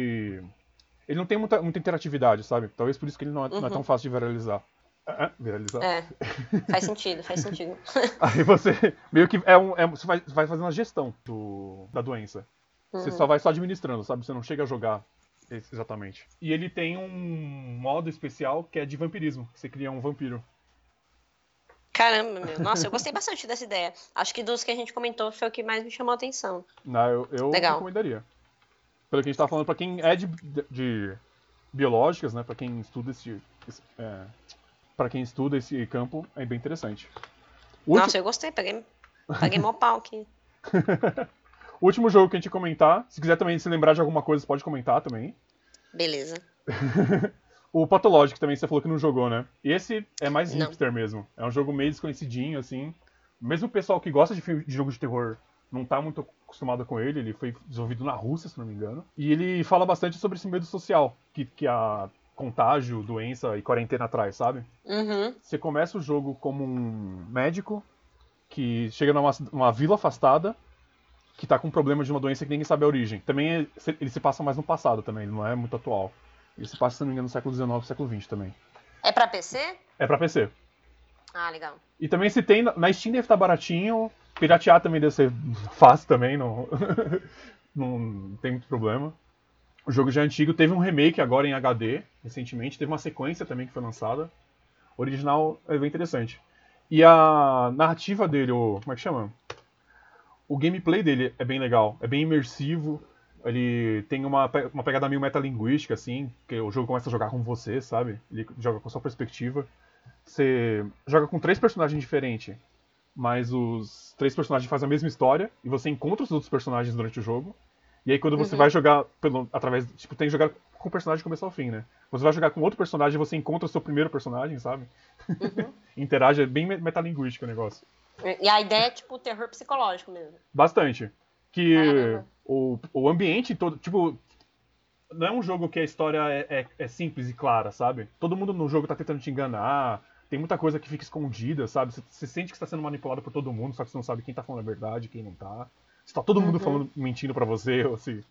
Ele não tem muita interatividade, sabe? Talvez por isso que ele não é tão Uhum. fácil de viralizar. Viralizar? É. Faz sentido, faz sentido. Aí você meio que você vai fazendo a gestão da doença. Você só Uhum. vai só administrando, sabe? Você não chega a jogar exatamente. E ele tem um modo especial que é de vampirismo. Você cria um vampiro. Caramba, meu. Nossa, eu gostei bastante dessa ideia. Acho que dos que a gente comentou foi o que mais me chamou a atenção. Não, eu Legal. recomendaria. Pelo que a gente tá falando, pra quem é de biológicas, né? Pra quem estuda para quem estuda esse campo, é bem interessante. O último, Nossa, eu gostei. Paguei mó pau aqui. o último jogo que a gente ia comentar, se quiser também se lembrar de alguma coisa, você pode comentar também. Beleza. O Pathologic também você falou que não jogou, né? E esse é mais Não. hipster mesmo. É um jogo meio desconhecidinho, assim. Mesmo o pessoal que gosta de jogo de terror não tá muito acostumado com ele. Ele foi desenvolvido na Rússia, se não me engano. E ele fala bastante sobre esse medo social que a contágio, doença e quarentena traz, sabe? Uhum. Você começa o jogo como um médico que chega numa vila afastada que tá com um problema de uma doença que ninguém sabe a origem. Também ele se passa mais no passado também, ele não é muito atual. Ele se passa, se não me engano, no século XIX, século XX também. É pra PC? É pra PC. Ah, legal. E também se tem, na Steam deve estar baratinho, piratear também deve ser fácil também, não, não tem muito problema. O jogo já é antigo, teve um remake agora em HD, recentemente, teve uma sequência também que foi lançada. O original é bem interessante. E a narrativa dele, como é que chama? O gameplay dele é bem legal, é bem imersivo. Ele tem uma pegada meio metalinguística, assim, que o jogo começa a jogar com você, sabe? Ele joga com a sua perspectiva. Você joga com três personagens diferentes, mas os três personagens fazem a mesma história, e você encontra os outros personagens durante o jogo. E aí quando você vai Uhum. jogar através. Tipo, tem que jogar com o personagem do começo ao fim, né? Você vai jogar com outro personagem e você encontra o seu primeiro personagem, sabe? Uhum. Interage, é bem metalinguístico o negócio. E a ideia é tipo terror psicológico mesmo. Bastante. Que Caramba. o ambiente todo. Tipo, não é um jogo que a história é simples e clara, sabe? Todo mundo no jogo tá tentando te enganar. Tem muita coisa que fica escondida, sabe? Você sente que está sendo manipulado por todo mundo, só que você não sabe quem tá falando a verdade, quem não tá. Se tá todo mundo Uhum. falando, mentindo pra você, ou assim.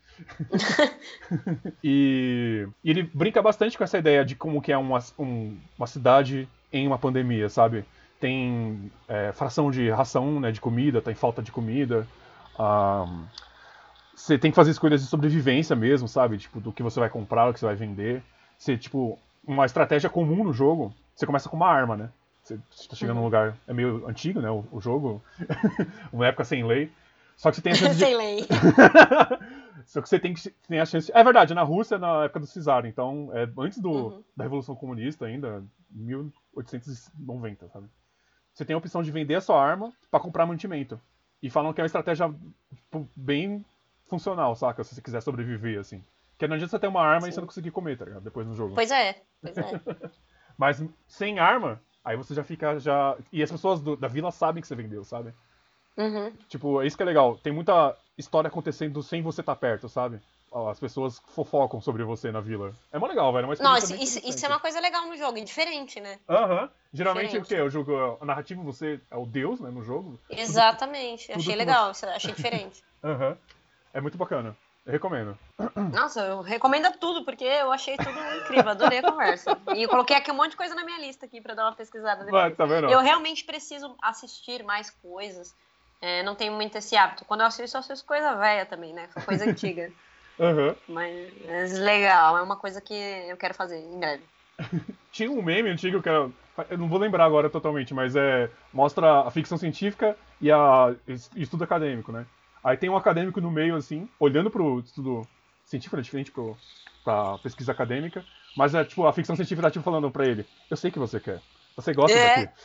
E ele brinca bastante com essa ideia de como que é uma cidade em uma pandemia, sabe? Tem fração de ração, né, de comida, tem falta de comida. Ah, você tem que fazer escolhas de sobrevivência mesmo, sabe? Tipo, do que você vai comprar, o que você vai vender. Você, tipo, uma estratégia comum no jogo, você começa com uma arma, né? Você tá chegando num Uhum. lugar, é meio antigo, né, o jogo, uma época sem lei. Só que você tem a chance de. Sem lei. Só que você tem a chance. É verdade, na Rússia, na época do Czar, então, antes Uhum. da Revolução Comunista ainda, 1890, sabe? Você tem a opção de vender a sua arma pra comprar mantimento. E falam que é uma estratégia tipo, bem funcional, saca? Se você quiser sobreviver, assim. Porque não adianta você ter uma arma e você não Sim. conseguir comer, tá ligado? Depois no jogo. Pois é, pois é. Mas sem arma, aí você já fica. E as pessoas da vila sabem que você vendeu, sabe? Uhum. Tipo, é isso que é legal. Tem muita. história acontecendo sem você estar perto, sabe? As pessoas fofocam sobre você na vila. É mó legal, velho. É uma Não, experiência bem isso é interessante. uma coisa legal no jogo, é diferente, né? Aham. Geralmente o Diferente. quê? O jogo, a narrativa, você é o deus, né, no jogo. Tudo, Exatamente. tudo Achei que você... legal, achei diferente. Aham. É muito bacana. Eu recomendo. Nossa, eu recomendo tudo, porque eu achei tudo incrível, adorei a conversa. E eu coloquei aqui um monte de coisa na minha lista aqui pra dar uma pesquisada Vai, depois. tá vendo? Eu realmente preciso assistir mais coisas. Não tenho muito esse hábito. Quando eu assisto coisa velha também, né? Só coisa antiga. Aham. Mas legal, é uma coisa que eu quero fazer em breve. Tinha um meme antigo que era. Eu não vou lembrar agora totalmente, mas mostra a ficção científica e estudo acadêmico, né? Aí tem um acadêmico no meio, assim, olhando pro estudo científico, é diferente pra pesquisa acadêmica, mas é tipo, a ficção científica tá tipo falando pra ele, eu sei o que você quer. Você gosta daqui. É,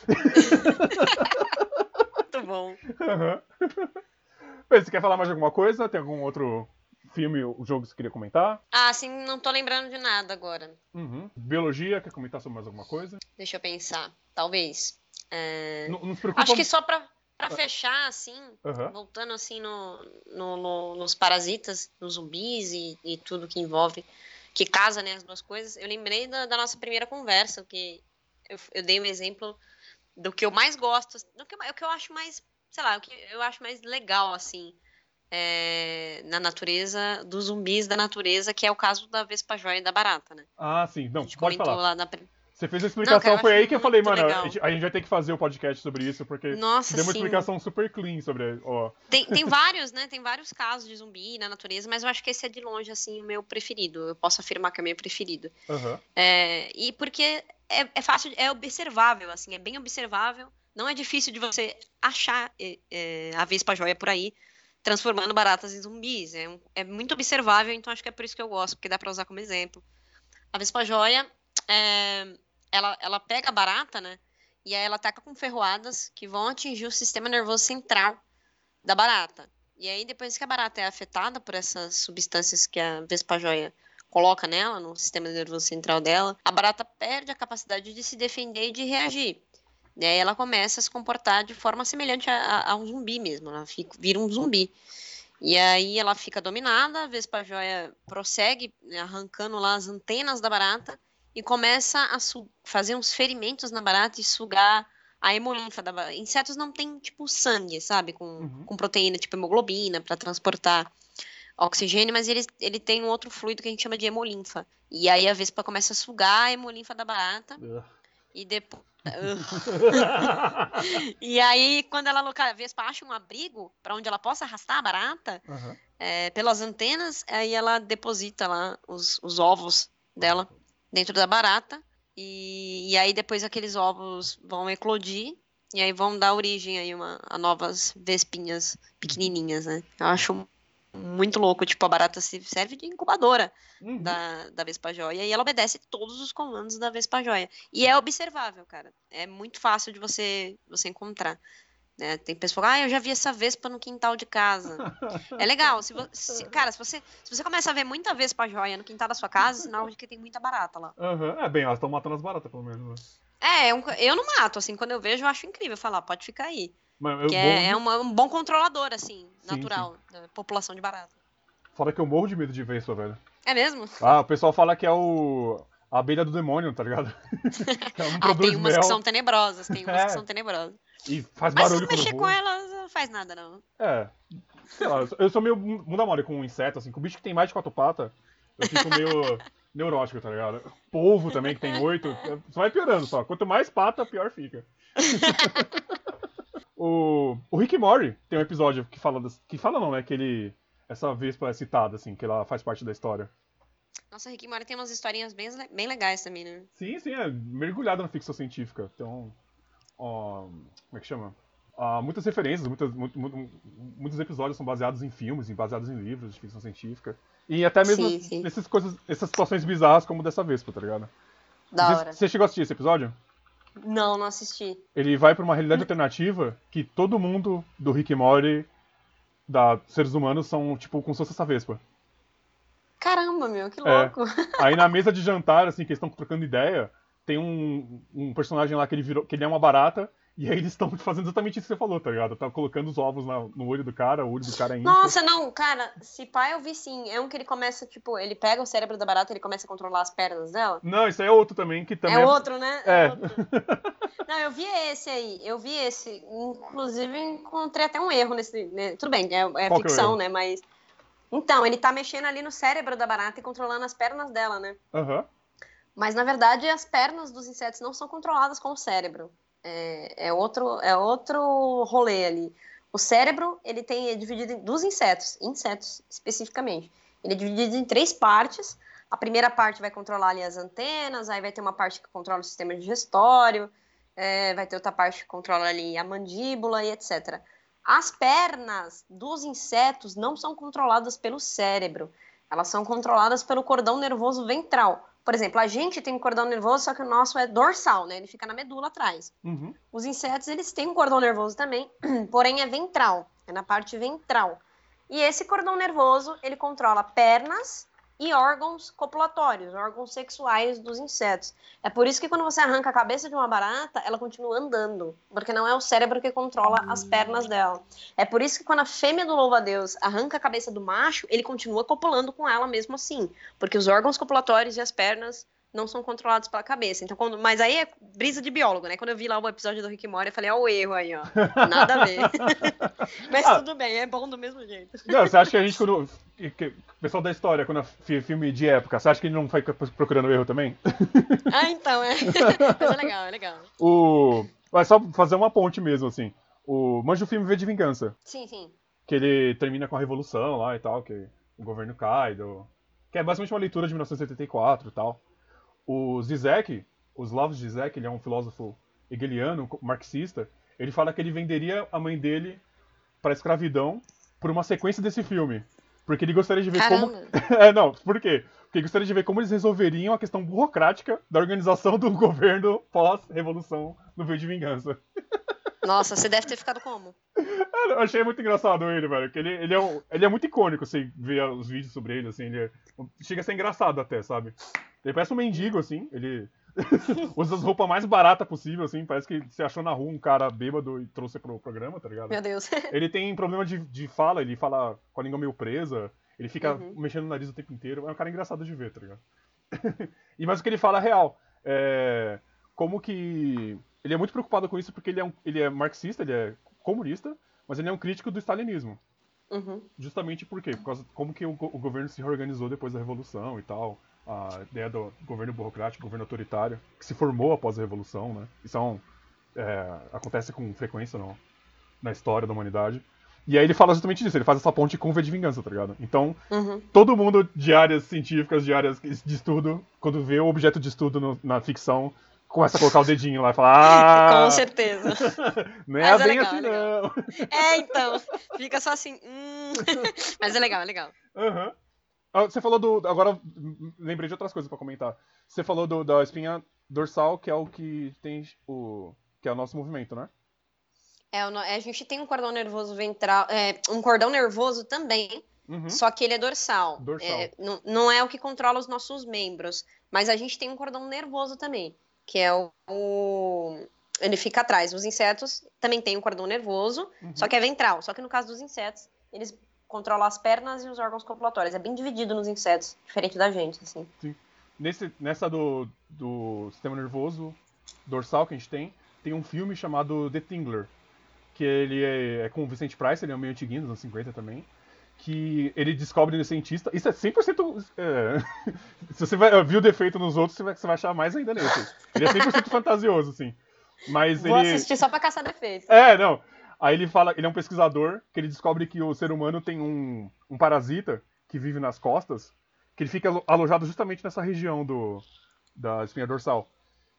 muito bom. Aham. Bem, você quer falar mais de alguma coisa? Tem algum outro filme ou jogo que você queria comentar? Ah, sim, não tô lembrando de nada agora. Uhum. Biologia, quer comentar sobre mais alguma coisa? Deixa eu pensar. Talvez. Não se preocupa. Acho que só pra fechar, assim, Aham. voltando assim nos parasitas, nos zumbis e tudo que envolve, que casa, né, as duas coisas, eu lembrei da nossa primeira conversa, que eu dei um exemplo do que eu mais gosto, o que eu acho mais, sei lá, o que eu acho mais legal, assim, na natureza, dos zumbis da natureza, que é o caso da Vespa-joia e da barata, né? Ah, sim. A Não, gente pode comentou falar. lá na... Você fez a Não, cara, explicação, eu foi acho aí que eu falei, muito mano, legal. a gente vai ter que fazer o podcast sobre isso, porque você Nossa, deu uma sim. explicação super clean sobre, ó. Tem vários, né? Tem vários casos de zumbi na natureza, mas eu acho que esse é de longe, assim, o meu preferido. Eu posso afirmar que é o meu preferido. Aham. E porque é fácil, é observável, assim, é bem observável. Não é difícil de você achar a Vespa-joia por aí, transformando baratas em zumbis. É muito observável, então acho que é por isso que eu gosto, porque dá pra usar como exemplo. A Vespa-joia, é, ela pega a barata, né? E aí ela ataca com ferroadas que vão atingir o sistema nervoso central da barata. E aí, depois que a barata é afetada por essas substâncias que a Vespa-joia coloca nela, no sistema nervoso central dela, a barata perde a capacidade de se defender e de reagir. E aí ela começa a se comportar de forma semelhante a um zumbi mesmo, ela vira um zumbi. E aí ela fica dominada, a Vespa-joia prossegue né, arrancando lá as antenas da barata e começa a fazer uns ferimentos na barata e sugar a hemolinfa da barata. Insetos não têm, tipo, sangue, sabe? Uhum. Com proteína, tipo hemoglobina, para transportar oxigênio, mas ele tem um outro fluido que a gente chama de hemolinfa. E aí a Vespa começa a sugar a hemolinfa da barata Ugh. e depois... E aí, quando a Vespa acha um abrigo para onde ela possa arrastar a barata, Aham. pelas antenas, aí ela deposita lá os ovos dela dentro da barata. E aí depois aqueles ovos vão eclodir e aí vão dar origem aí a novas vespinhas pequenininhas, né? Eu acho muito louco, tipo, a barata se serve de incubadora Uhum. da Vespa-joia e ela obedece todos os comandos da Vespa-joia. E é observável, cara. É muito fácil de você encontrar. Né? Tem pessoas que falam, eu já vi essa Vespa no quintal de casa. É legal. Cara, se você começa a ver muita Vespa-joia no quintal da sua casa, é sinal de que tem muita barata lá. Aham. É, bem, elas estão matando as baratas, pelo menos, né? Eu não mato, assim, quando eu vejo, eu acho incrível falar, pode ficar aí. Mas Que um bom controlador, assim, Sim, sim. natural, da população de barata. Fora que eu morro de medo de Vespa, velho. É mesmo? Ah, o pessoal fala que é a abelha do demônio, tá ligado? Que ela não Tem produz umas que mel. são tenebrosas, tem umas que É. são tenebrosas. E faz Mas se barulho não quando mexer com voa. elas, não faz nada, não. É. Sei lá, eu sou meio bunda mole com inseto, assim. Com bicho que tem mais de 4 patas, eu fico meio neurótico, tá ligado? Polvo também, que tem 8. Só vai piorando só. Quanto mais pata, pior fica. O Rick and Morty tem um episódio que fala... Que fala não, né? Que ele... Essa Vespa é citada, assim, que ela faz parte da história. Nossa, Rick e Morty tem umas historinhas bem legais também, né? Sim, sim, é mergulhado na ficção científica. Então, ó, como é que chama? Muitas referências, muitos episódios são baseados em filmes, baseados em livros de ficção científica. E até mesmo Sim, sim. essas situações bizarras como dessa Vespa, tá ligado? Não Da sei hora. se você chegou a assistir esse episódio? Não assisti. Ele vai pra uma realidade alternativa que todo mundo do Rick e Morty, da seres humanos, são tipo como se fosse essa Vespa. Caramba, meu, que É. louco. Aí na mesa de jantar, assim, que eles estão trocando ideia, tem um personagem lá que ele é uma barata E aí eles estão fazendo exatamente isso que você falou, tá ligado? Tá colocando os ovos no olho do cara, o olho do cara incha. Nossa, não, cara, se pá eu vi sim. É um que ele começa, tipo, ele pega o cérebro da barata e ele começa a controlar as pernas dela. Não, isso aí é outro também, que também É outro, né? É É. outro. Não, eu vi esse aí, eu vi esse. Inclusive, encontrei até um erro nesse. Né? Tudo bem, é Qual que é o ficção, erro? né? Mas. Então, ele tá mexendo ali no cérebro da barata e controlando as pernas dela, né? Aham. Mas, na verdade, as pernas dos insetos não são controladas com o cérebro. É outro rolê ali. O cérebro, ele é dividido dos insetos especificamente. Ele é dividido em 3 partes. A primeira parte vai controlar ali as antenas, aí vai ter uma parte que controla o sistema digestório, vai ter outra parte que controla ali a mandíbula e etc. As pernas dos insetos não são controladas pelo cérebro, elas são controladas pelo cordão nervoso ventral. Por exemplo, a gente tem um cordão nervoso, só que o nosso é dorsal, né? Ele fica na medula atrás. Uhum. Os insetos, eles têm um cordão nervoso também, porém é ventral, é na parte ventral. E esse cordão nervoso, ele controla pernas e órgãos copulatórios, órgãos sexuais dos insetos. É por isso que quando você arranca a cabeça de uma barata, ela continua andando, porque não é o cérebro que controla as pernas dela. É por isso que quando a fêmea do louva-a-Deus arranca a cabeça do macho, ele continua copulando com ela mesmo assim, porque os órgãos copulatórios e as pernas não são controlados pela cabeça. Então, mas aí é brisa de biólogo, né? Quando eu vi lá o episódio do Rick e Morty, eu falei, ó, o erro aí, ó. Nada a ver. Mas tudo bem, é bom do mesmo jeito. Não, você acha que a gente, quando. O pessoal da história, quando filme de época, você acha que ele não foi procurando erro também? Ah, então, é. Mas é legal, é legal. Mas só fazer uma ponte mesmo, assim. Manja o filme V de Vingança. Sim, sim. Que ele termina com a revolução lá e tal, que o governo cai. Que é basicamente uma leitura de 1984 e tal. O Zizek, o Slavoj Zizek, ele é um filósofo hegeliano, marxista. Ele fala que ele venderia a mãe dele pra escravidão por uma sequência desse filme. Porque ele gostaria de ver Caramba. como... não, por quê? Porque ele gostaria de ver como eles resolveriam a questão burocrática da organização do governo pós-revolução no V de Vingança. Nossa, você deve ter ficado como? Eu achei muito engraçado ele, velho. Que ele é muito icônico, assim, ver os vídeos sobre ele, assim. Chega a ser engraçado até, sabe? Ele parece um mendigo, assim. Ele usa as roupas mais baratas possível, assim. Parece que você achou na rua um cara bêbado e trouxe pro programa, tá ligado? Meu Deus. Ele tem problema de fala, ele fala com a língua meio presa. Ele fica mexendo no nariz o tempo inteiro. É um cara engraçado de ver, tá ligado? Mas o que ele fala é real. Como que... Ele é muito preocupado com isso porque ele é marxista, ele é comunista, mas ele é um crítico do stalinismo. Justamente por quê? Por causa como que o governo se reorganizou depois da Revolução e tal. A ideia do governo burocrático, governo autoritário, que se formou após a Revolução, né? Isso acontece com frequência na história da humanidade. E aí ele fala justamente disso, ele faz essa ponte com V de Vingança, tá ligado? Então, todo mundo de áreas científicas, de áreas de estudo, quando vê o objeto de estudo na ficção, começa a colocar o dedinho lá e fala, Com certeza. Não é bem legal, assim, legal. não. Então. Fica só assim. Mas é legal, é legal. Você falou agora, lembrei de outras coisas pra comentar. Você falou da espinha dorsal, que é o que tem que é o nosso movimento, né? A gente tem um cordão nervoso ventral, um cordão nervoso também, só que ele é dorsal. Não é o que controla os nossos membros, mas a gente tem um cordão nervoso também, que é ele fica atrás. Os insetos também têm um cordão nervoso, só que é ventral. Só que no caso dos insetos, eles controlam as pernas e os órgãos copulatórios. É bem dividido nos insetos, diferente da gente, assim. Sim. Nessa do sistema nervoso dorsal que a gente tem um filme chamado The Tingler, que ele é com o Vincent Price, ele é meio antiguinho, dos anos 50 também, que ele descobre ele é cientista. Isso é 100%... se você viu o defeito nos outros, você vai achar mais ainda nesse. Ele é 100% fantasioso, assim. Mas Vou assistir só pra caçar defeitos. Não. Aí ele fala, ele é um pesquisador, que ele descobre que o ser humano tem um parasita que vive nas costas, que ele fica alojado justamente nessa região da espinha dorsal,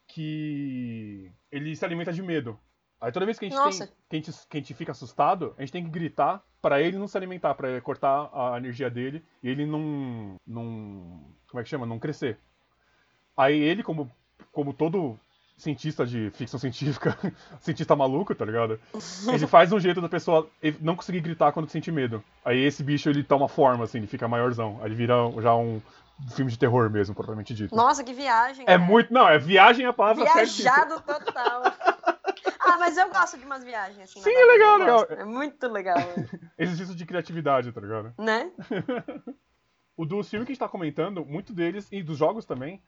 que ele se alimenta de medo. Aí toda vez que a gente fica assustado, a gente tem que gritar pra ele não se alimentar, pra cortar a energia dele e ele não como é que chama? Não crescer. Aí ele, como todo cientista de ficção científica, cientista maluco, tá ligado? Ele faz um jeito da pessoa não conseguir gritar quando sente medo. Aí esse bicho, ele toma forma, assim, ele fica maiorzão. Aí ele vira já um filme de terror mesmo, propriamente dito. Nossa, que viagem. Muito... Não, é viagem a palavra certíssima. Viajado total. Ah, mas eu gosto de umas viagens assim. Sim, é legal, eu legal. gosto. É muito legal. Exercício de criatividade, tá ligado? Né? O dos filmes que a gente tá comentando, muito deles, e dos jogos também,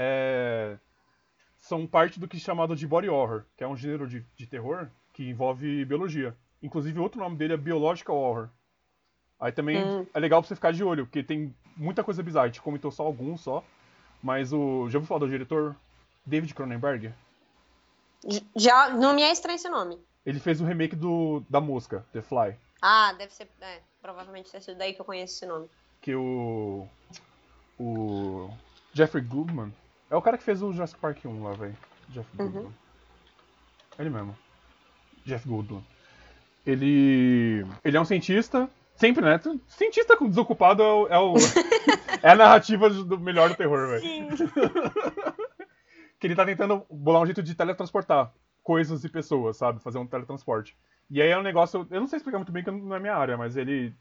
são parte do que é chamado de body horror, que é um gênero de terror que envolve biologia. Inclusive, outro nome dele é biological horror. Aí também é legal pra você ficar de olho, porque tem muita coisa bizarra. A gente comentou só alguns só, mas já ouviu falar do diretor David Cronenberg? Já não me é estranho esse nome. Ele fez o remake da Mosca, The Fly. Ah, deve ser, provavelmente deve ser daí que eu conheço esse nome. Que o Jeffrey Goldman é o cara que fez o Jurassic Park 1 lá, velho. Jeff Goldman. Ele mesmo. Jeff Goldman. Ele é um cientista, sempre, né? Cientista desocupado é a narrativa do melhor do terror, velho. Sim. Que ele tá tentando bolar um jeito de teletransportar coisas e pessoas, sabe? Fazer um teletransporte. E aí é um negócio, eu não sei explicar muito bem, que não é minha área, mas ele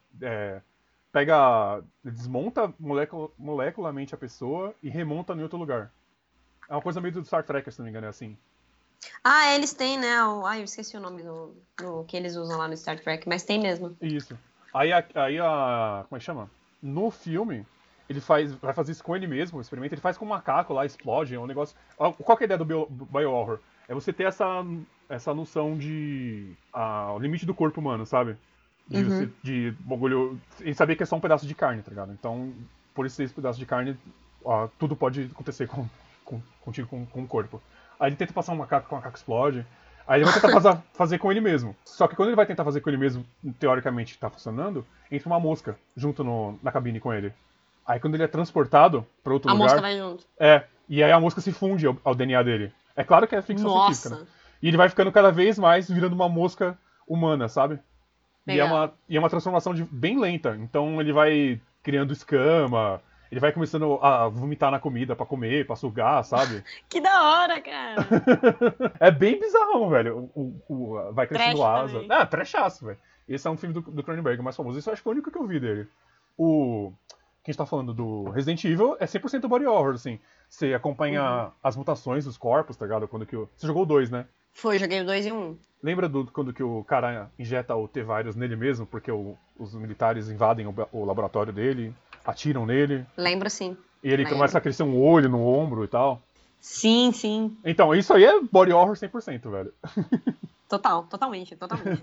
desmonta molecularmente a pessoa e remonta em outro lugar. É uma coisa meio do Star Trek, se não me engano, é assim. Ah, eles têm, né? Eu esqueci o nome do que eles usam lá no Star Trek, mas tem mesmo. Isso. Aí como é que chama? No filme, ele vai fazer isso com ele mesmo, o experimento. Ele faz com um macaco lá, explode, é um negócio... Qual que é a ideia do bio-horror? É você ter essa noção de... o limite do corpo humano, sabe? De bagulho... E saber que é só um pedaço de carne, tá ligado? Então, por esse pedaço de carne, tudo pode acontecer contigo com o corpo. Aí ele tenta passar um macaco, que o macaco explode. Aí ele vai tentar fazer com ele mesmo. Só que quando ele vai tentar fazer com ele mesmo, teoricamente tá funcionando, entra uma mosca junto na cabine com ele. Aí quando ele é transportado pra outro lugar... A mosca vai junto. E aí a mosca se funde ao DNA dele. É claro que é ficção científica, né? Nossa. E ele vai ficando cada vez mais virando uma mosca humana, sabe? Legal. E é uma transformação bem lenta. Então ele vai criando escama, ele vai começando a vomitar na comida pra comer, pra sugar, sabe? Que da hora, cara! É bem bizarrão, velho. Vai crescendo Trash asa. também. Trechaço, velho. Esse é um filme do Cronenberg mais famoso. Esse eu acho que foi o único que eu vi dele. Que a gente tá falando do Resident Evil é 100% body horror, assim. Você acompanha as mutações dos corpos, tá ligado? Você jogou o 2, né? Foi, joguei o 2 e 1. Lembra quando que o cara injeta o T-Virus nele mesmo, porque os militares invadem o laboratório dele, atiram nele? Lembro, sim. E ele começa a crescer um olho no ombro e tal? Sim, sim. Então, isso aí é body horror 100%, velho. Totalmente.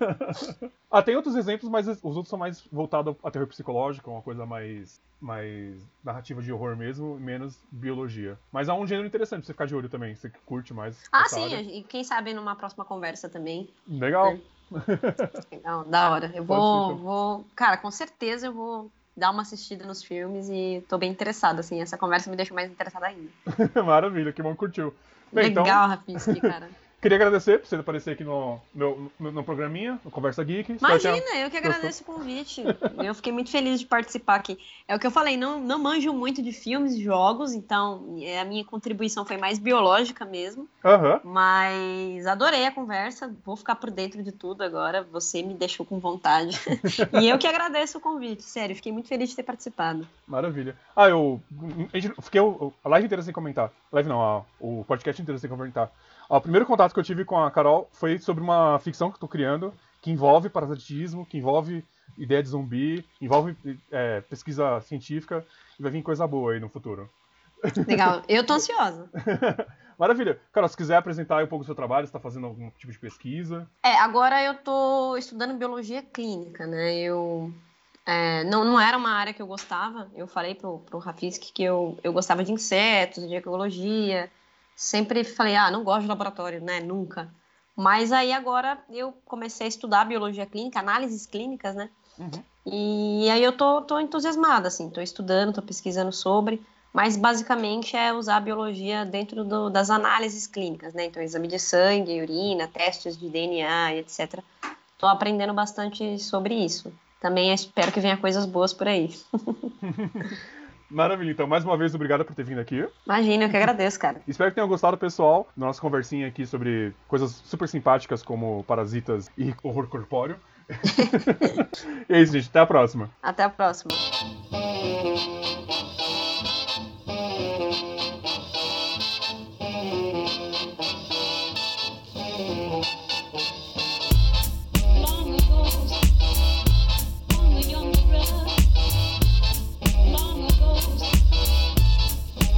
Tem outros exemplos, mas os outros são mais voltados a terror psicológico, uma coisa mais narrativa de horror mesmo, menos biologia. Mas é um gênero interessante pra você ficar de olho também, você que curte mais. Sim, e quem sabe numa próxima conversa também. Legal. Legal, da hora. Eu vou... Cara, com certeza eu vou dar uma assistida nos filmes e tô bem interessada, assim. Essa conversa me deixa mais interessada ainda. Maravilha, que bom que curtiu. Bem, legal, então... Rafiski, cara. Queria agradecer por você aparecer aqui no programinha, no Conversa Geek. Imagina, eu que agradeço o convite. Eu fiquei muito feliz de participar aqui. É o que eu falei, não manjo muito de filmes e jogos, então a minha contribuição foi mais biológica mesmo. Mas adorei a conversa, vou ficar por dentro de tudo agora, você me deixou com vontade. E eu que agradeço o convite, sério, fiquei muito feliz de ter participado. Maravilha. A live inteira sem comentar. Live não, o podcast inteiro sem comentar. O primeiro contato que eu tive com a Carol foi sobre uma ficção que eu tô criando, que envolve parasitismo, que envolve ideia de zumbi, envolve pesquisa científica, e vai vir coisa boa aí no futuro. Legal, eu tô ansiosa. Maravilha. Carol, se quiser apresentar aí um pouco do seu trabalho, você tá fazendo algum tipo de pesquisa? Agora eu tô estudando biologia clínica, né? Não era uma área que eu gostava, eu falei pro Rafiski que eu gostava de insetos, de ecologia. Sempre falei, não gosto de laboratório, né? Nunca. Mas aí agora eu comecei a estudar biologia clínica, análises clínicas, né? E aí eu tô entusiasmada, assim. Tô estudando, tô pesquisando sobre. Mas basicamente é usar a biologia dentro das análises clínicas, né? Então exame de sangue, urina, testes de DNA e etc. Tô aprendendo bastante sobre isso. Também espero que venha coisas boas por aí. Maravilha, então, mais uma vez, obrigado por ter vindo aqui. Imagina, eu que agradeço, cara. Espero que tenham gostado, pessoal, da nossa conversinha aqui sobre coisas super simpáticas como parasitas e horror corpóreo. E é isso, gente. Até a próxima. Até a próxima.